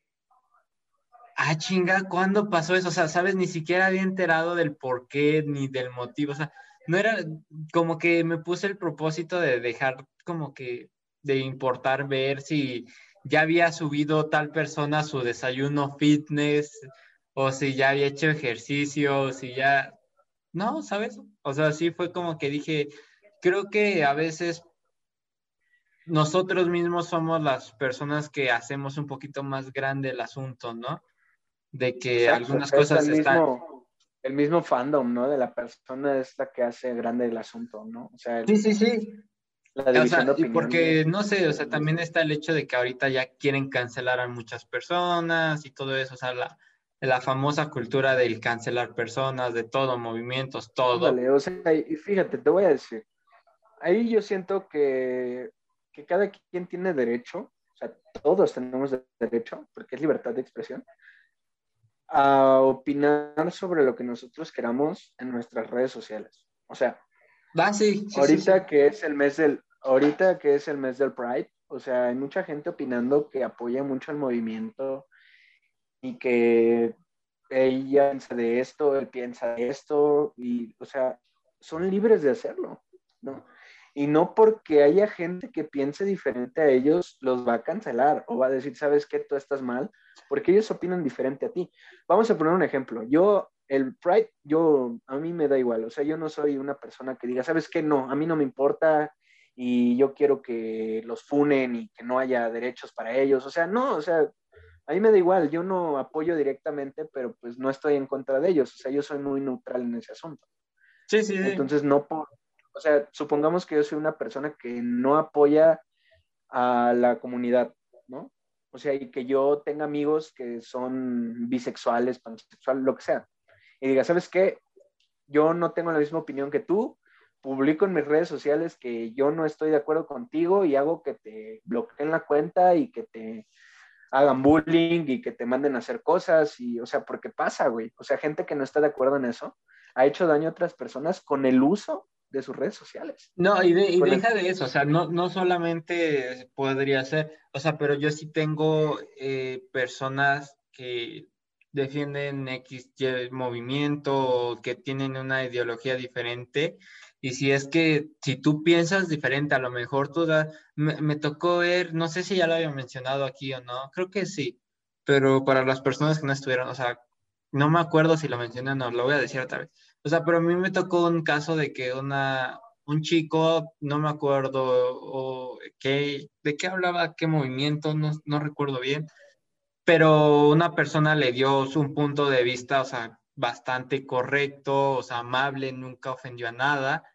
ah, chinga, ¿cuándo pasó eso? O sea, sabes, ni siquiera había enterado del por qué ni del motivo, o sea, no era como que me puse el propósito de dejar como que de importar ver si ya había subido tal persona su desayuno fitness o si ya había hecho ejercicio, o si ya, no, ¿sabes? O sea, sí fue como que dije, creo que a veces nosotros mismos somos las personas que hacemos un poquito más grande el asunto, ¿no? De que Exacto, o algunas sea, es el cosas están. mismo, el mismo fandom, ¿no? De la persona es la que hace grande el asunto, ¿no? O sea, Sí, el- sí, sí. la O división sea, de y porque, opiniones no sé, o es sea, muy también fuerte. está el hecho de que ahorita ya quieren cancelar a muchas personas y todo eso, o sea, la, la famosa cultura del cancelar personas, de todo, movimientos, todo. Ándale, o sea, y fíjate, te voy a decir, ahí yo siento que, que cada quien tiene derecho, o sea, todos tenemos derecho, porque es libertad de expresión, a opinar sobre lo que nosotros queramos en nuestras redes sociales. O sea, Ah, sí, sí, sí, sí. ahorita que es el mes del, ahorita que es el mes del Pride, o sea, hay mucha gente opinando que apoya mucho el movimiento y que ella piensa de esto, él piensa de esto, y, o sea, son libres de hacerlo, ¿no? Y no porque haya gente que piense diferente a ellos, los va a cancelar o va a decir, ¿sabes qué? Tú estás mal, porque ellos opinan diferente a ti. Vamos a poner un ejemplo. Yo, el Pride, yo, a mí me da igual, o sea, yo no soy una persona que diga, ¿sabes qué? No, a mí no me importa y yo quiero que los funen y que no haya derechos para ellos, o sea, no, o sea, a mí me da igual, yo no apoyo directamente, pero pues no estoy en contra de ellos, o sea, yo soy muy neutral en ese asunto. Sí, sí, sí. Entonces, no por, o sea, supongamos que yo soy una persona que no apoya a la comunidad, ¿no? O sea, y que yo tenga amigos que son bisexuales, pansexuales, lo que sea. Y diga, ¿sabes qué? Yo no tengo la misma opinión que tú, publico en mis redes sociales que yo no estoy de acuerdo contigo y hago que te bloqueen la cuenta y que te hagan bullying y que te manden a hacer cosas y, o sea, porque pasa, güey. O sea, gente que no está de acuerdo en eso ha hecho daño a otras personas con el uso de sus redes sociales. No, y, de- y Con el... deja de eso, o sea, no, no solamente podría ser, o sea, pero yo sí tengo eh, personas que defienden X Y movimiento o que tienen una ideología diferente, y si es que, si tú piensas diferente, a lo mejor tú da- me, me tocó ver, no sé si ya lo había mencionado aquí o no, creo que sí, pero para las personas que no estuvieron, o sea, no me acuerdo si lo mencioné o no, lo voy a decir otra vez. O sea, pero a mí me tocó un caso de que una un chico, no me acuerdo o qué, de qué hablaba, qué movimiento, no, no recuerdo bien, pero una persona le dio su- un punto de vista, o sea, bastante correcto, o sea, amable, nunca ofendió a nada.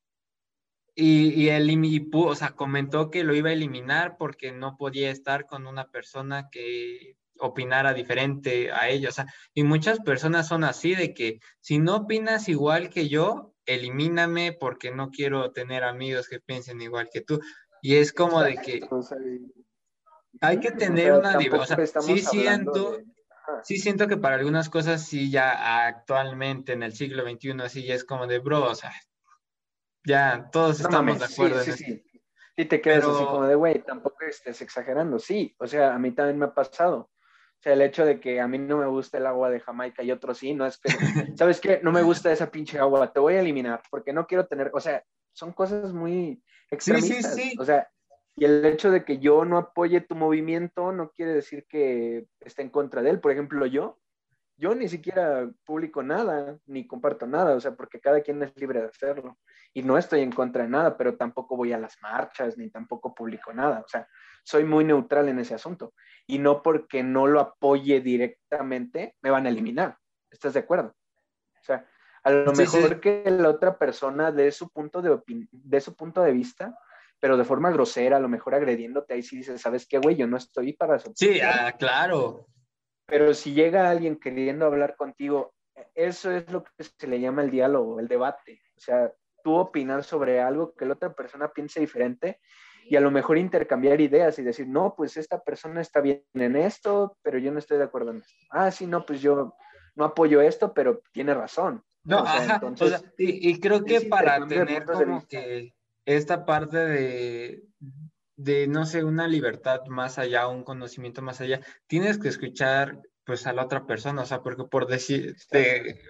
Y, y él imi- y pu- o sea, comentó que lo iba a eliminar porque no podía estar con una persona que opinara diferente a ellos. O sea, y muchas personas son así de que si no opinas igual que yo, elimíname porque no quiero tener amigos que piensen igual que tú. Y es como de Exacto, que o sea, y- hay que o tener sea, una diversidad. O tampoco sea, sí estamos hablando siento, de... Ajá. sí siento que para algunas cosas sí ya actualmente en el siglo veintiuno así ya es como de bro, o sea, ya todos No estamos mames, de sí, acuerdo en sí, esto. sí. Y te quedas así como Pero de, güey, tampoco estés exagerando. Sí, o sea, a mí también me ha pasado. O sea, el hecho de que a mí no me gusta el agua de Jamaica y otros sí, no es que, ¿sabes qué? No me gusta esa pinche agua, te voy a eliminar porque no quiero tener, o sea, son cosas muy Sí, sí, extremistas. sí. O sea, y el hecho de que yo no apoye tu movimiento no quiere decir que esté en contra de él. Por ejemplo, yo, yo ni siquiera publico nada, ni comparto nada, o sea, porque cada quien es libre de hacerlo. Y no estoy en contra de nada, pero tampoco voy a las marchas, ni tampoco publico nada. O sea, soy muy neutral en ese asunto. Y no porque no lo apoye directamente, me van a eliminar. ¿Estás de acuerdo? O sea, a lo Sí, sí. mejor que la otra persona dé su punto de, opin de su punto de vista, pero de forma grosera, a lo mejor agrediéndote, ahí sí dices, ¿sabes qué, güey? Yo no estoy para Sí, soportar. ah, claro. Pero si llega alguien queriendo hablar contigo, eso es lo que se le llama el diálogo, el debate. O sea, tú opinar sobre algo que la otra persona piense diferente y a lo mejor intercambiar ideas y decir, no, pues esta persona está bien en esto, pero yo no estoy de acuerdo en esto. Ah, sí, no, pues yo no apoyo esto, pero tiene razón, No, ¿no? O sea, ajá, o sea, entonces y, y creo que es para intercambio de tener puntos de como vista. que esta parte de, de, no sé, una libertad más allá, un conocimiento más allá, tienes que escuchar pues a la otra persona, o sea, porque por decir, Exacto. de,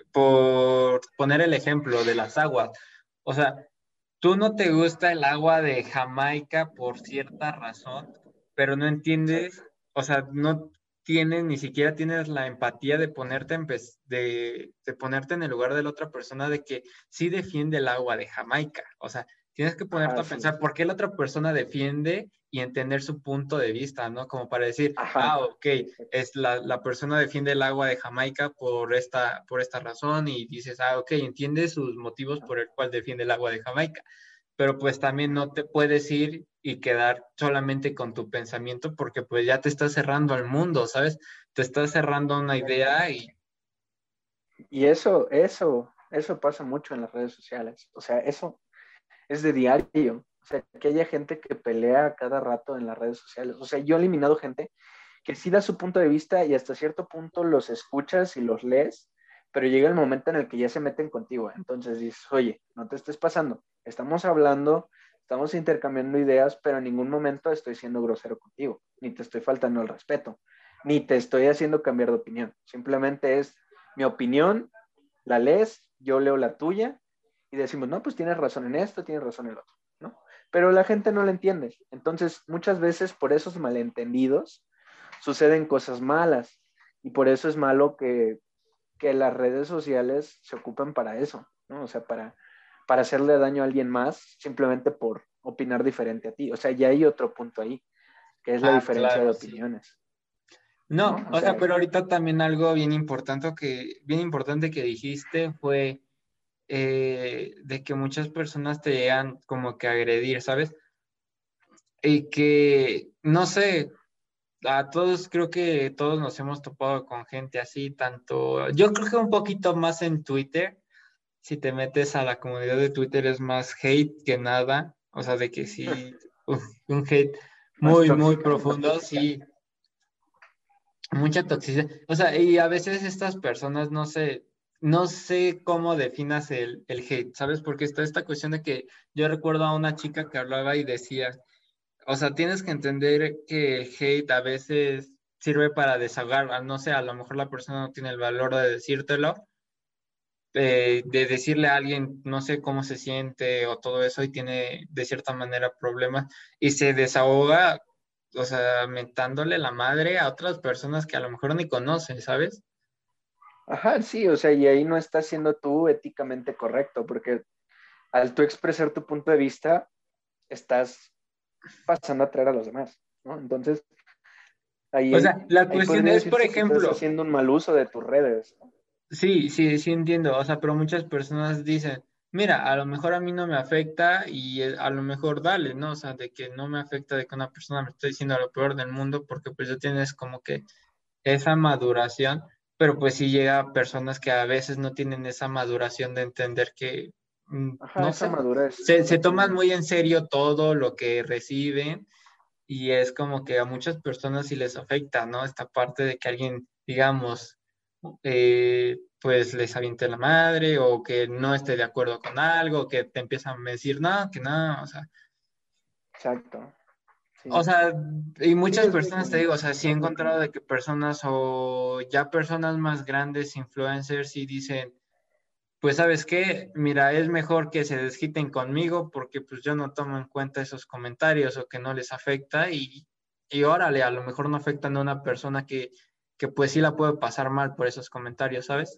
por poner el ejemplo de las aguas, o sea, tú no te gusta el agua de Jamaica por cierta razón, pero no entiendes, Exacto. o sea, no tienes, ni siquiera tienes la empatía de ponerte en, vez- de, de ponerte en el lugar de la otra persona de que sí defiende el agua de Jamaica. O sea, tienes que ponerte Ajá, a sí. pensar por qué la otra persona defiende y entender su punto de vista, ¿no? Como para decir, ah, Ajá. ok, Exacto. es la, la persona defiende el agua de Jamaica por esta, por esta razón y dices, ah, ok, entiende sus motivos por el cual defiende el agua de Jamaica, pero pues también no te puedes ir y quedar solamente con tu pensamiento porque pues ya te estás cerrando al mundo, ¿sabes? Te estás cerrando a una Exacto. idea y Y eso, eso, eso pasa mucho en las redes sociales. O sea, eso es de diario. O sea, que haya gente que pelea cada rato en las redes sociales. O sea, yo he eliminado gente que sí da su punto de vista y hasta cierto punto los escuchas y los lees, pero llega el momento en el que ya se meten contigo. Entonces dices, oye, no te estés pasando. Estamos hablando, estamos intercambiando ideas, pero en ningún momento estoy siendo grosero contigo, ni te estoy faltando el respeto, ni te estoy haciendo cambiar de opinión. Simplemente es mi opinión, la lees, yo leo la tuya y decimos, no, pues tienes razón en esto, tienes razón en lo otro, ¿no? Pero la gente no lo entiende. Entonces, muchas veces por esos malentendidos suceden cosas malas y por eso es malo que, que las redes sociales se ocupen para eso, ¿no? O sea, para, para hacerle daño a alguien más simplemente por opinar diferente a ti. O sea, ya hay otro punto ahí, que es la ah, diferencia de claro, sí. opiniones, No, ¿no? O o sea, sea, pero ahorita también algo bien importante que, bien importante que dijiste fue eh, de que muchas personas te llegan como que a agredir, ¿sabes? Y que, no sé, a todos creo que todos nos hemos topado con gente así, tanto, yo creo que un poquito más en Twitter, si te metes a la comunidad de Twitter es más hate que nada, o sea, de que sí, uf, un hate más muy, muy tóxica. profundo, sí, mucha toxicidad, o sea, y a veces estas personas no sé, no sé cómo definas el, el hate, ¿sabes? Porque está esta cuestión de que yo recuerdo a una chica que hablaba y decía, o sea, tienes que entender que el hate a veces sirve para desahogar, ah, no sé, a lo mejor la persona no tiene el valor de decírtelo, eh, de decirle a alguien, no sé cómo se siente o todo eso y tiene de cierta manera problemas y se desahoga, o sea, mentándole la madre a otras personas que a lo mejor ni conocen, ¿sabes? Ajá, sí, o sea, y ahí no estás siendo tú éticamente correcto, porque al tú expresar tu punto de vista, estás pasando a traer a los demás, ¿no? Entonces, O ahí, sea, la ahí cuestión podría es, por decirse que estás ejemplo, haciendo un mal uso de tus redes, ¿no? sí, sí, sí entiendo, o sea, pero muchas personas dicen, mira, a lo mejor a mí no me afecta y eh, a lo mejor dale, ¿no? O sea, de que no me afecta de que una persona me esté diciendo lo peor del mundo porque pues ya tienes como que esa maduración, pero pues sí llega a personas que a veces no tienen esa maduración de entender que, mm, Ajá, no esa sé, madurez se, se no toman tienen. muy en serio todo lo que reciben y es como que a muchas personas sí les afecta, ¿no? Esta parte de que alguien, digamos, eh, pues les aviente la madre o que no esté de acuerdo con algo, que te empiezan a decir, no, que no, o sea, Exacto. O Sí, sea, y sí, muchas es muy personas, te común. digo, o sea, sí he Es muy encontrado común. de que personas o ya personas más grandes, influencers, y dicen, pues, ¿sabes qué? Mira, es mejor que se desquiten conmigo porque pues yo no tomo en cuenta esos comentarios o que no les afecta y, y órale, a lo mejor no afectan a una persona que, que pues sí la puede pasar mal por esos comentarios, ¿sabes?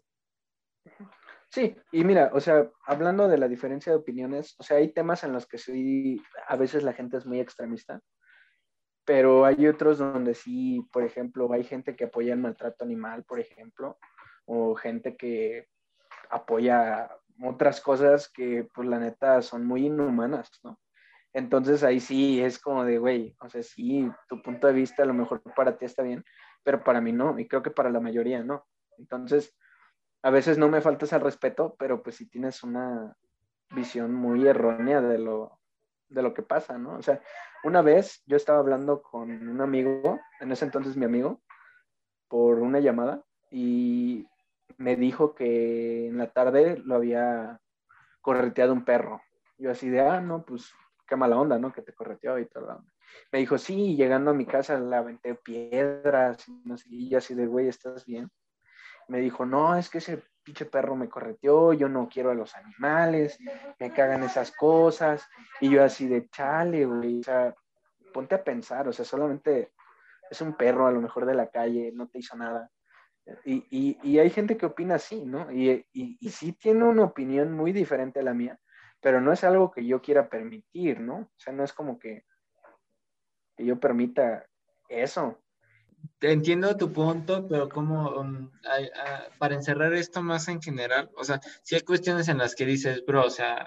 Sí, y mira, o sea, hablando de la diferencia de opiniones, o sea, hay temas en los que sí, a veces la gente es muy extremista, pero hay otros donde sí, por ejemplo, hay gente que apoya el maltrato animal, por ejemplo, o gente que apoya otras cosas que, pues, la neta, son muy inhumanas, ¿no? Entonces ahí sí es como de, güey, o sea, sí, tu punto de vista a lo mejor para ti está bien, pero para mí no, y creo que para la mayoría no. Entonces, a veces no me faltas al respeto, pero pues sí tienes una visión muy errónea de lo, de lo que pasa, ¿no? O sea, una vez yo estaba hablando con un amigo, en ese entonces mi amigo, por una llamada, y me dijo que en la tarde lo había correteado un perro. Yo así de, ah, no, pues qué mala onda, ¿no? Que te correteó y todo. Me dijo, sí, llegando a mi casa le aventé piedras, no sé, y yo así de, güey, ¿estás bien? Me dijo, no, es que ese pinche perro me correteó, yo no quiero a los animales, me cagan esas cosas. Y yo así de, chale, güey, o sea, ponte a pensar, o sea, solamente es un perro a lo mejor de la calle, no te hizo nada. Y, y, y hay gente que opina así, ¿no? Y, y, y sí tiene una opinión muy diferente a la mía, pero no es algo que yo quiera permitir, ¿no? O sea, no es como que, que yo permita eso. Te entiendo tu punto, pero como um, hay- ah, para encerrar esto más en general, o sea, sí hay cuestiones en las que dices, bro, o sea,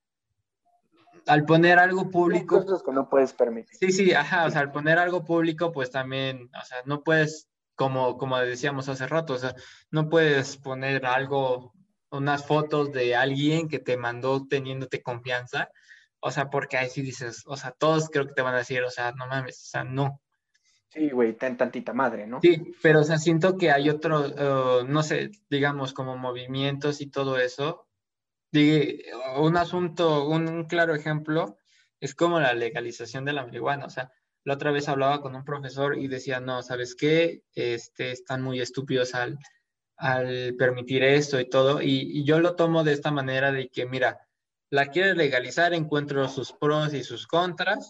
al poner algo Sí, hay público, cosas que no puedes permitir. sí, sí, ajá, o Sí, sea, al poner algo público, pues también, o sea, no puedes, como, como decíamos hace rato, o sea, no puedes poner algo, unas fotos de alguien que te mandó teniéndote confianza, o sea, porque ahí sí dices, o sea, todos creo que te van a decir, o sea, no mames, o sea, no. sí, güey, ten tantita madre, ¿no? Sí, pero o sea, siento que hay otro, eh, no sé, digamos, como movimientos y todo eso. Digue- un asunto, un, un claro ejemplo es como la legalización de la marihuana. O sea, la otra vez hablaba con un profesor y decía, no, ¿sabes qué? Este, están muy estúpidos al, al permitir esto y todo. Y, y yo lo tomo de esta manera de que, mira, la quiere legalizar, encuentro sus pros y sus contras,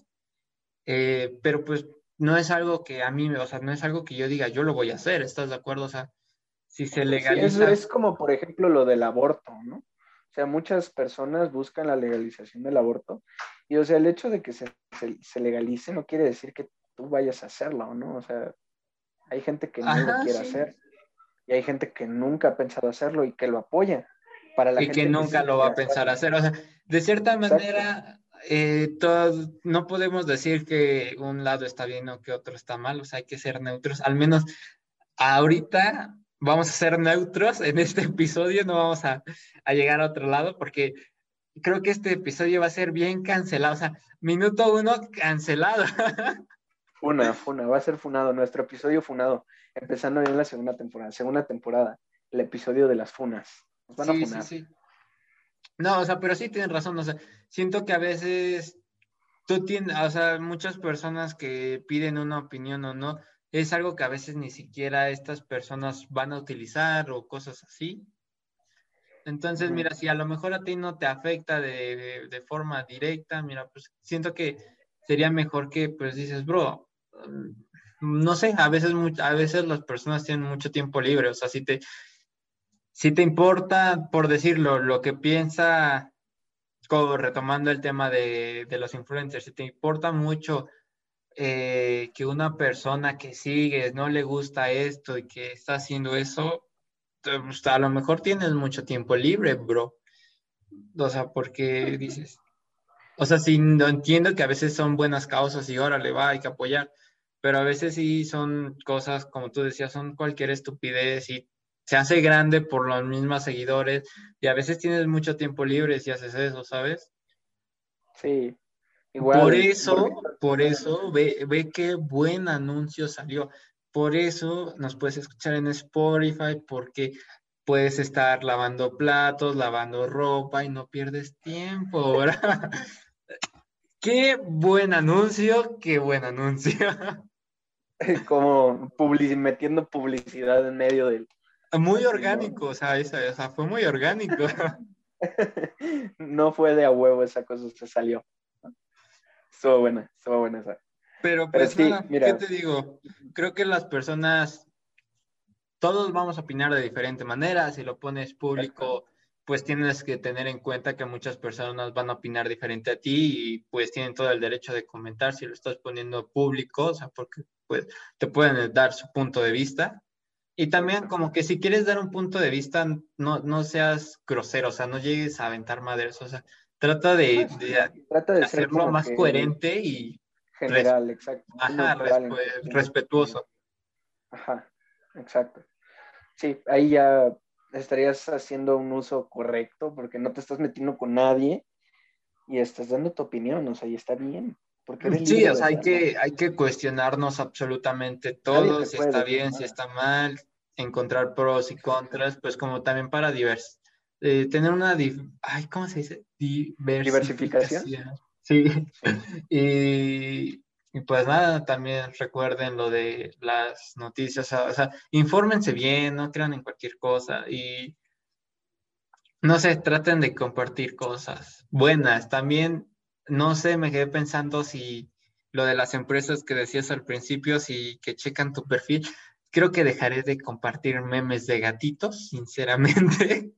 eh, pero pues no es algo que a mí, me- o sea, no es algo que yo diga, yo lo voy a hacer, ¿estás de acuerdo? O sea, si se Sí, es, legaliza, es como, por ejemplo, lo del aborto, ¿no? O sea, muchas personas buscan la legalización del aborto y, o sea, el hecho de que se, se, se legalice no quiere decir que tú vayas a hacerlo, ¿no? O sea, hay gente que no lo ajá, quiere sí, hacer y hay gente que nunca ha pensado hacerlo y que lo apoya. Para la y que gente que nunca sí lo va quiere a pensar hacerlo. hacer. O sea, de cierta Exacto. manera, eh, todo- no podemos decir que un lado está bien o que otro está mal, o sea, hay que ser neutros. Al menos ahorita vamos a ser neutros en este episodio, no vamos a, a llegar a otro lado, porque creo que este episodio va a ser bien cancelado. O sea, minuto uno cancelado. Funa, funa, va a ser funado, nuestro episodio funado, empezando ya en la segunda temporada, segunda temporada, el episodio de las funas. Nos van a Sí, sí, funar. sí. No, o sea, pero sí tienes razón. O sea, siento que a veces tú tienes, o sea, muchas personas que piden una opinión o no, es algo que a veces ni siquiera estas personas van a utilizar o cosas así. Entonces, Ujú. mira, si a lo mejor a ti no te afecta de, de- de forma directa, mira, pues siento que sería mejor que, pues dices, bro, mm, no sé, a veces, mu- a veces las personas tienen mucho tiempo libre, o sea, si te, si te importa, por decirlo, lo que piensa, como retomando el tema de, de los influencers, si te importa mucho eh, que una persona que sigues no le gusta esto y que está haciendo eso, te- pues, a lo mejor tienes mucho tiempo libre, bro. O sea, porque dices, o sea, sí, no entiendo que a veces son buenas causas y órale, va, hay que apoyar, pero a veces sí son cosas, como tú decías, son cualquier estupidez y se hace grande por los mismos seguidores y a veces tienes mucho tiempo libre si haces eso, ¿sabes? Sí, Por igual, volviendo eso, al por tema de los eso, ve, ve qué buen anuncio salió. Por eso nos puedes escuchar en Spotify, porque puedes estar lavando platos, lavando ropa y no pierdes tiempo, ¿verdad? Qué buen anuncio, qué buen anuncio. Como publici- metiendo publicidad en medio del... Muy Así, ¿no? orgánico, o sea, esa, o sea, fue muy orgánico. No fue de a huevo esa cosa, se salió. Estuvo buena, estuvo buena esa. Pero Pero pues sí, nada, ¿qué mira, te digo? Creo que las personas, todos vamos a opinar de diferente manera. Si lo pones exacto. público, pues tienes que tener en cuenta que muchas personas van a opinar diferente a ti y pues tienen todo el derecho de comentar si lo estás poniendo público, o sea, porque pues te pueden dar su punto de vista. Y también Exacto. como que si quieres dar un punto de vista, no, no seas grosero, o sea, no llegues a aventar madres, o sea, trata Ah, de, sí, de trata de ser hacerlo como más que coherente y res- general, exacto, muy ajá, neutral resp- en tu opinión. respetuoso. Ajá, exacto. Sí, ahí ya estarías haciendo un uso correcto porque no te estás metiendo con nadie y estás dando tu opinión, o sea, y está bien, porque eres Sí, libre o de sea, hay hacerlo. que, hay que cuestionarnos absolutamente Nadie todo, te si puede está decir bien, si nada. está mal, encontrar pros y Exacto. contras, pues como también para divers, eh, tener una, dif- ay, ¿cómo se dice? Diversificación. Diversificación. Sí, Sí. y, y pues nada, también recuerden lo de las noticias, o sea, o sea, infórmense bien, no crean en cualquier cosa y no sé, traten de compartir cosas buenas. También, no sé, me quedé pensando si lo de las empresas que decías al principio, si que checan tu perfil, creo que dejaré de compartir memes de gatitos, sinceramente.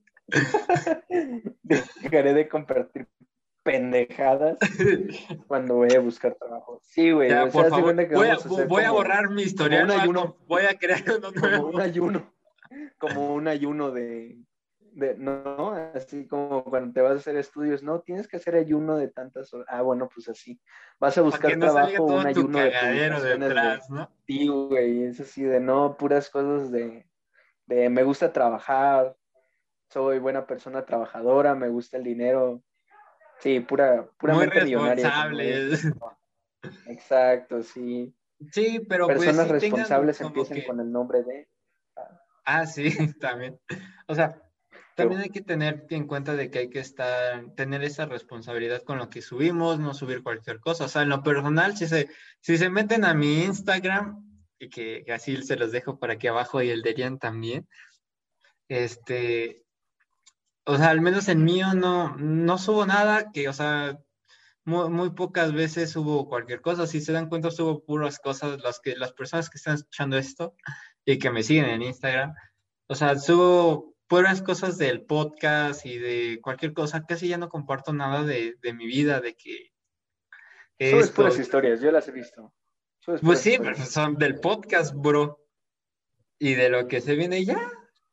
Dejaré de compartir pendejadas cuando voy a buscar trabajo. Sí, güey, Ya, o por sea, hace favor, cuenta que voy a, vamos a hacer voy a como, borrar mi como historial, un voy a, ayuno, com- voy a crear uno como un nuevo. ayuno, como un ayuno de, de, no, así como cuando te vas a hacer estudios, no, tienes que hacer ayuno de tantas horas. Ah, bueno, pues así. Vas a Para que buscar no salga trabajo, un todo tu ayuno de cagadero publicaciones de detrás, ¿no? ti, güey, es así de no, puras cosas de, de me gusta trabajar, soy buena persona trabajadora, me gusta el dinero. Sí, pura, Muy puramente millonaria como es. responsables. Exacto, sí. Sí, pero pues Personas sí tengan responsables como empiezan que con el nombre de. Ah, ah, sí, también. O sea, qué también bo- hay que tener en cuenta de que hay que estar, tener esa responsabilidad con lo que subimos, no subir cualquier cosa. O sea, en lo personal, si se, si se meten a mi Instagram, y que, que así se los dejo para aquí abajo y el de Ian también, este, o sea, al menos en mío no, no subo nada que, o sea, muy, muy pocas veces subo cualquier cosa. Si se dan cuenta, subo puras cosas, las que las personas que están escuchando esto y que me siguen en Instagram. O sea, subo puras cosas del podcast y de cualquier cosa. Casi ya no comparto nada de, de mi vida, de que Subes esto. puras historias, yo las he visto. Subes Pues puras sí, pero historias. son del podcast, bro. Y de lo que se viene ya.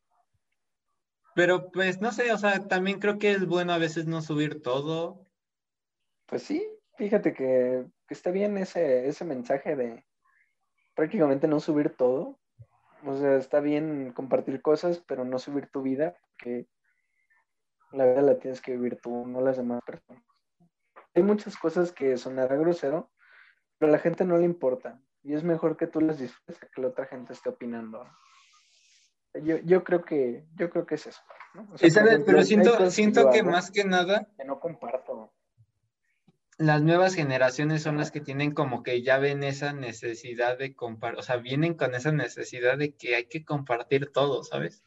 Pero pues no sé, o sea, también creo que es bueno a veces no subir todo. Pues sí, fíjate que, que está bien ese, ese mensaje de prácticamente no subir todo. O sea, está bien compartir cosas, pero no subir tu vida, porque la vida la tienes que vivir tú, no las demás personas. Hay muchas cosas que sonará grosero, pero a la gente no le importa. Y es mejor que tú las disfrutes a que la otra gente esté opinando. Yo, yo creo que, yo creo que es eso, ¿no? O Y sea, por sabes, ejemplo, pero hay, hay siento, cosas que siento yo que hago más que nada que no comparto. las nuevas generaciones son las que tienen como que ya ven esa necesidad de compartir, o sea, vienen con esa necesidad de que hay que compartir todo, ¿sabes?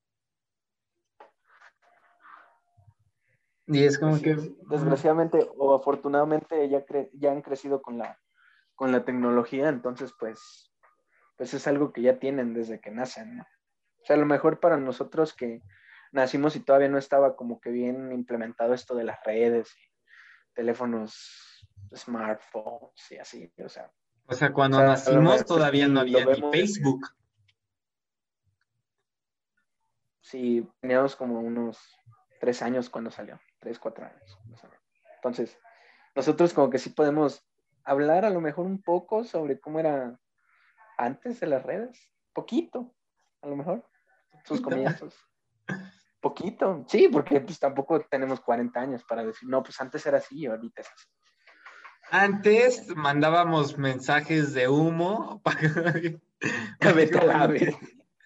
Y es Pues como que, sí, mm, desgraciadamente o afortunadamente ya, cre ya han crecido con la, con la tecnología, entonces pues, pues es algo que ya tienen desde que nacen, ¿no? O sea, a lo mejor para nosotros que nacimos y todavía no estaba como que bien implementado esto de las redes y teléfonos, smartphones y así, o sea, o sea, o cuando sea, a lo nacimos mejor todavía no si lo había ni vemos, Facebook. si teníamos como unos tres años cuando salió, tres, cuatro años cuando salió. Entonces, nosotros como que sí podemos hablar a lo mejor un poco sobre cómo era antes de las redes, poquito, a lo mejor, sus Poquito. comienzos. Poquito, sí, porque pues tampoco tenemos cuarenta años para decir, no, pues antes era así y ahorita es así. Antes mandábamos mensajes de humo para, para Vete a la vez. comunicar.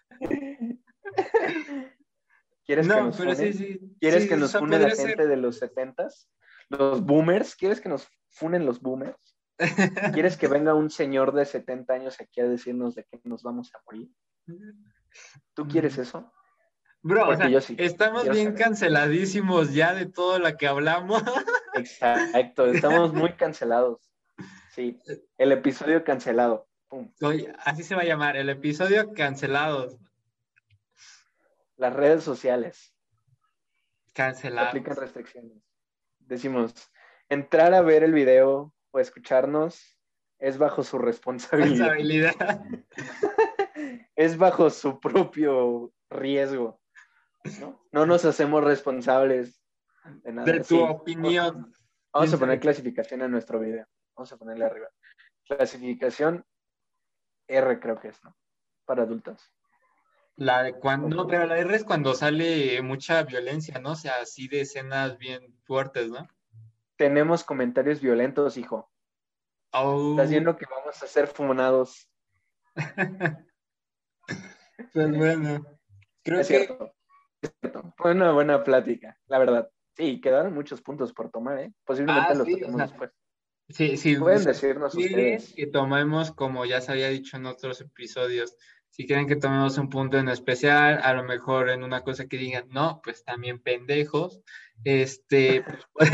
¿Quieres que No, nos pero sí, funen? sí, ¿Quieres sí, que o nos sea, funen la podría ser. gente de los setentas? ¿Los boomers? ¿Quieres que nos funen los boomers? ¿Quieres que venga un señor de setenta años aquí a decirnos de que nos vamos a morir? ¿Tú quieres eso? Bro, Porque o sea, yo sí. estamos Quiero bien saber. canceladísimos ya de todo lo que hablamos. Exacto, estamos muy cancelados. Sí, el episodio cancelado. Pum. Oye, así se va a llamar, el episodio cancelados. Las redes sociales se aplican Cancelados. restricciones. Decimos, entrar a ver el video o escucharnos es bajo su responsabilidad. Responsabilidad. Es bajo su propio riesgo. ¿No? No nos hacemos responsables de nada. De tu Sí. opinión. Vamos ¿Quién a poner sabe qué? clasificación en nuestro video. Vamos a ponerle arriba. Clasificación R creo que es, ¿no? Para adultos. La de cuando, no, pero la R es cuando sale mucha violencia, ¿no? O sea, así de escenas bien fuertes, ¿no? Tenemos comentarios violentos, hijo. Estás Oh, viendo que vamos a ser funados. pues bueno, creo Es que cierto. Es cierto. Fue una buena plática, la verdad. Sí, quedaron muchos puntos por tomar, ¿eh? Posiblemente ah, los sí, o toquemos sea, después. sí, sí, Pueden si decirnos quieren ustedes. que tomemos, como ya se había dicho en otros episodios, si quieren que tomemos un punto en especial, a lo mejor en una cosa que digan, no, pues también pendejos, este, pues,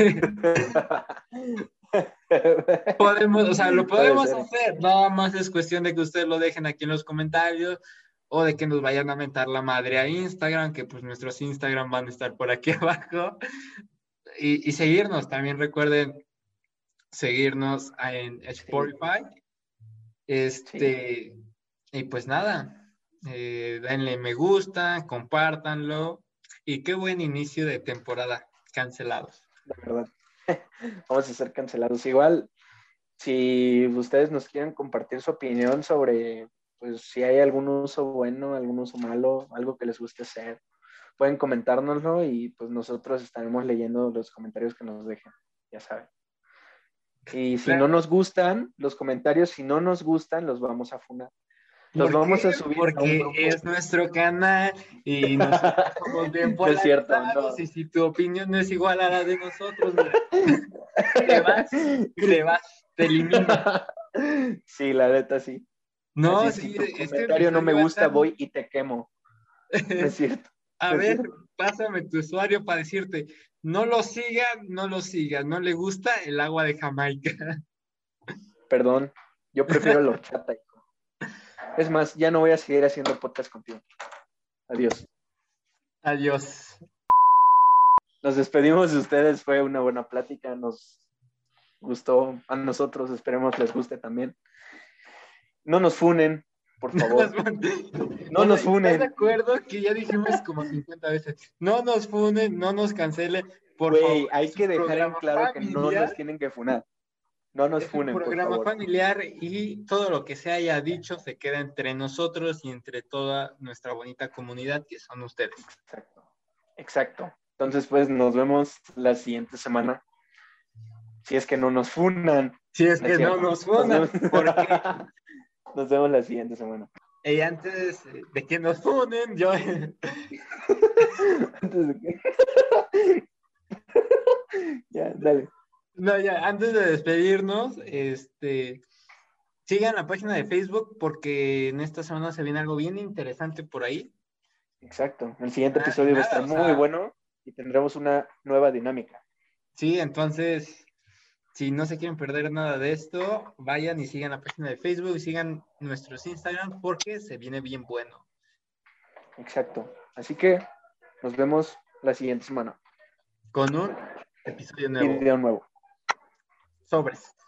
podemos, o sea, lo Puede podemos ser. hacer, nada más es cuestión de que ustedes lo dejen aquí en los comentarios o de que nos vayan a mentar la madre a Instagram, que pues nuestros Instagram van a estar por aquí abajo, y, y seguirnos, también recuerden seguirnos en Sí, Spotify. sí, Este, y pues nada, eh, denle me gusta, compártanlo. Y qué buen inicio de temporada, cancelados. de verdad. Vamos a ser cancelados. Igual, si ustedes nos quieren compartir su opinión sobre, pues, si hay algún uso bueno, algún uso malo, algo que les guste hacer, pueden comentárnoslo y pues nosotros estaremos leyendo los comentarios que nos dejen, ya saben. Y si no Claro. nos gustan, los comentarios, si no nos gustan, los vamos a funar. Los ¿Por qué? vamos a subir a un Porque grupo. es nuestro canal y nosotros somos bien No es cierto, polarizados no. y si tu opinión no es igual a la de nosotros, mira, te vas, te vas, te elimino. Sí, la neta sí. No, Así, si sí, tu este comentario no me episodio va a gusta, estar... voy y te quemo. No es cierto, A no es ver, cierto. pásame tu usuario para decirte, no lo sigan, no lo sigan, no le gusta el agua de Jamaica. Perdón, yo prefiero la horchata, hijo. Es más, ya no voy a seguir haciendo podcast contigo. Adiós. Adiós. Nos despedimos de ustedes, fue una buena plática, nos gustó a nosotros, esperemos les guste también. No nos funen, por favor. No O sea, nos ¿estás de funen. acuerdo que ya dijimos como cincuenta veces? No nos funen, no nos cancelen, por Güey, favor. hay Es un que dejar en programa claro que no nos familiar, tienen que funar. No nos es un funen, por programa favor. familiar y todo lo que se haya dicho se queda entre nosotros y entre toda nuestra bonita comunidad que son ustedes. Exacto. Exacto. Entonces, pues nos vemos la siguiente semana. Si es que no nos funan. Si es No es que no cierto. nos Nos vemos, funan, porque nos vemos la siguiente semana. y antes de que nos funen, yo... Antes de que... Ya, dale. No, ya, antes de despedirnos, este, sigan la página de Facebook porque en esta semana se viene algo bien interesante por ahí. Exacto. El siguiente Ah, y episodio va a nada, estar o muy sea, bueno y tendremos una nueva dinámica. sí, entonces, si no se quieren perder nada de esto, vayan y sigan la página de Facebook y sigan nuestros Instagram porque se viene bien bueno. Exacto. Así que nos vemos la siguiente semana. Con un episodio nuevo. Video nuevo. Sobres.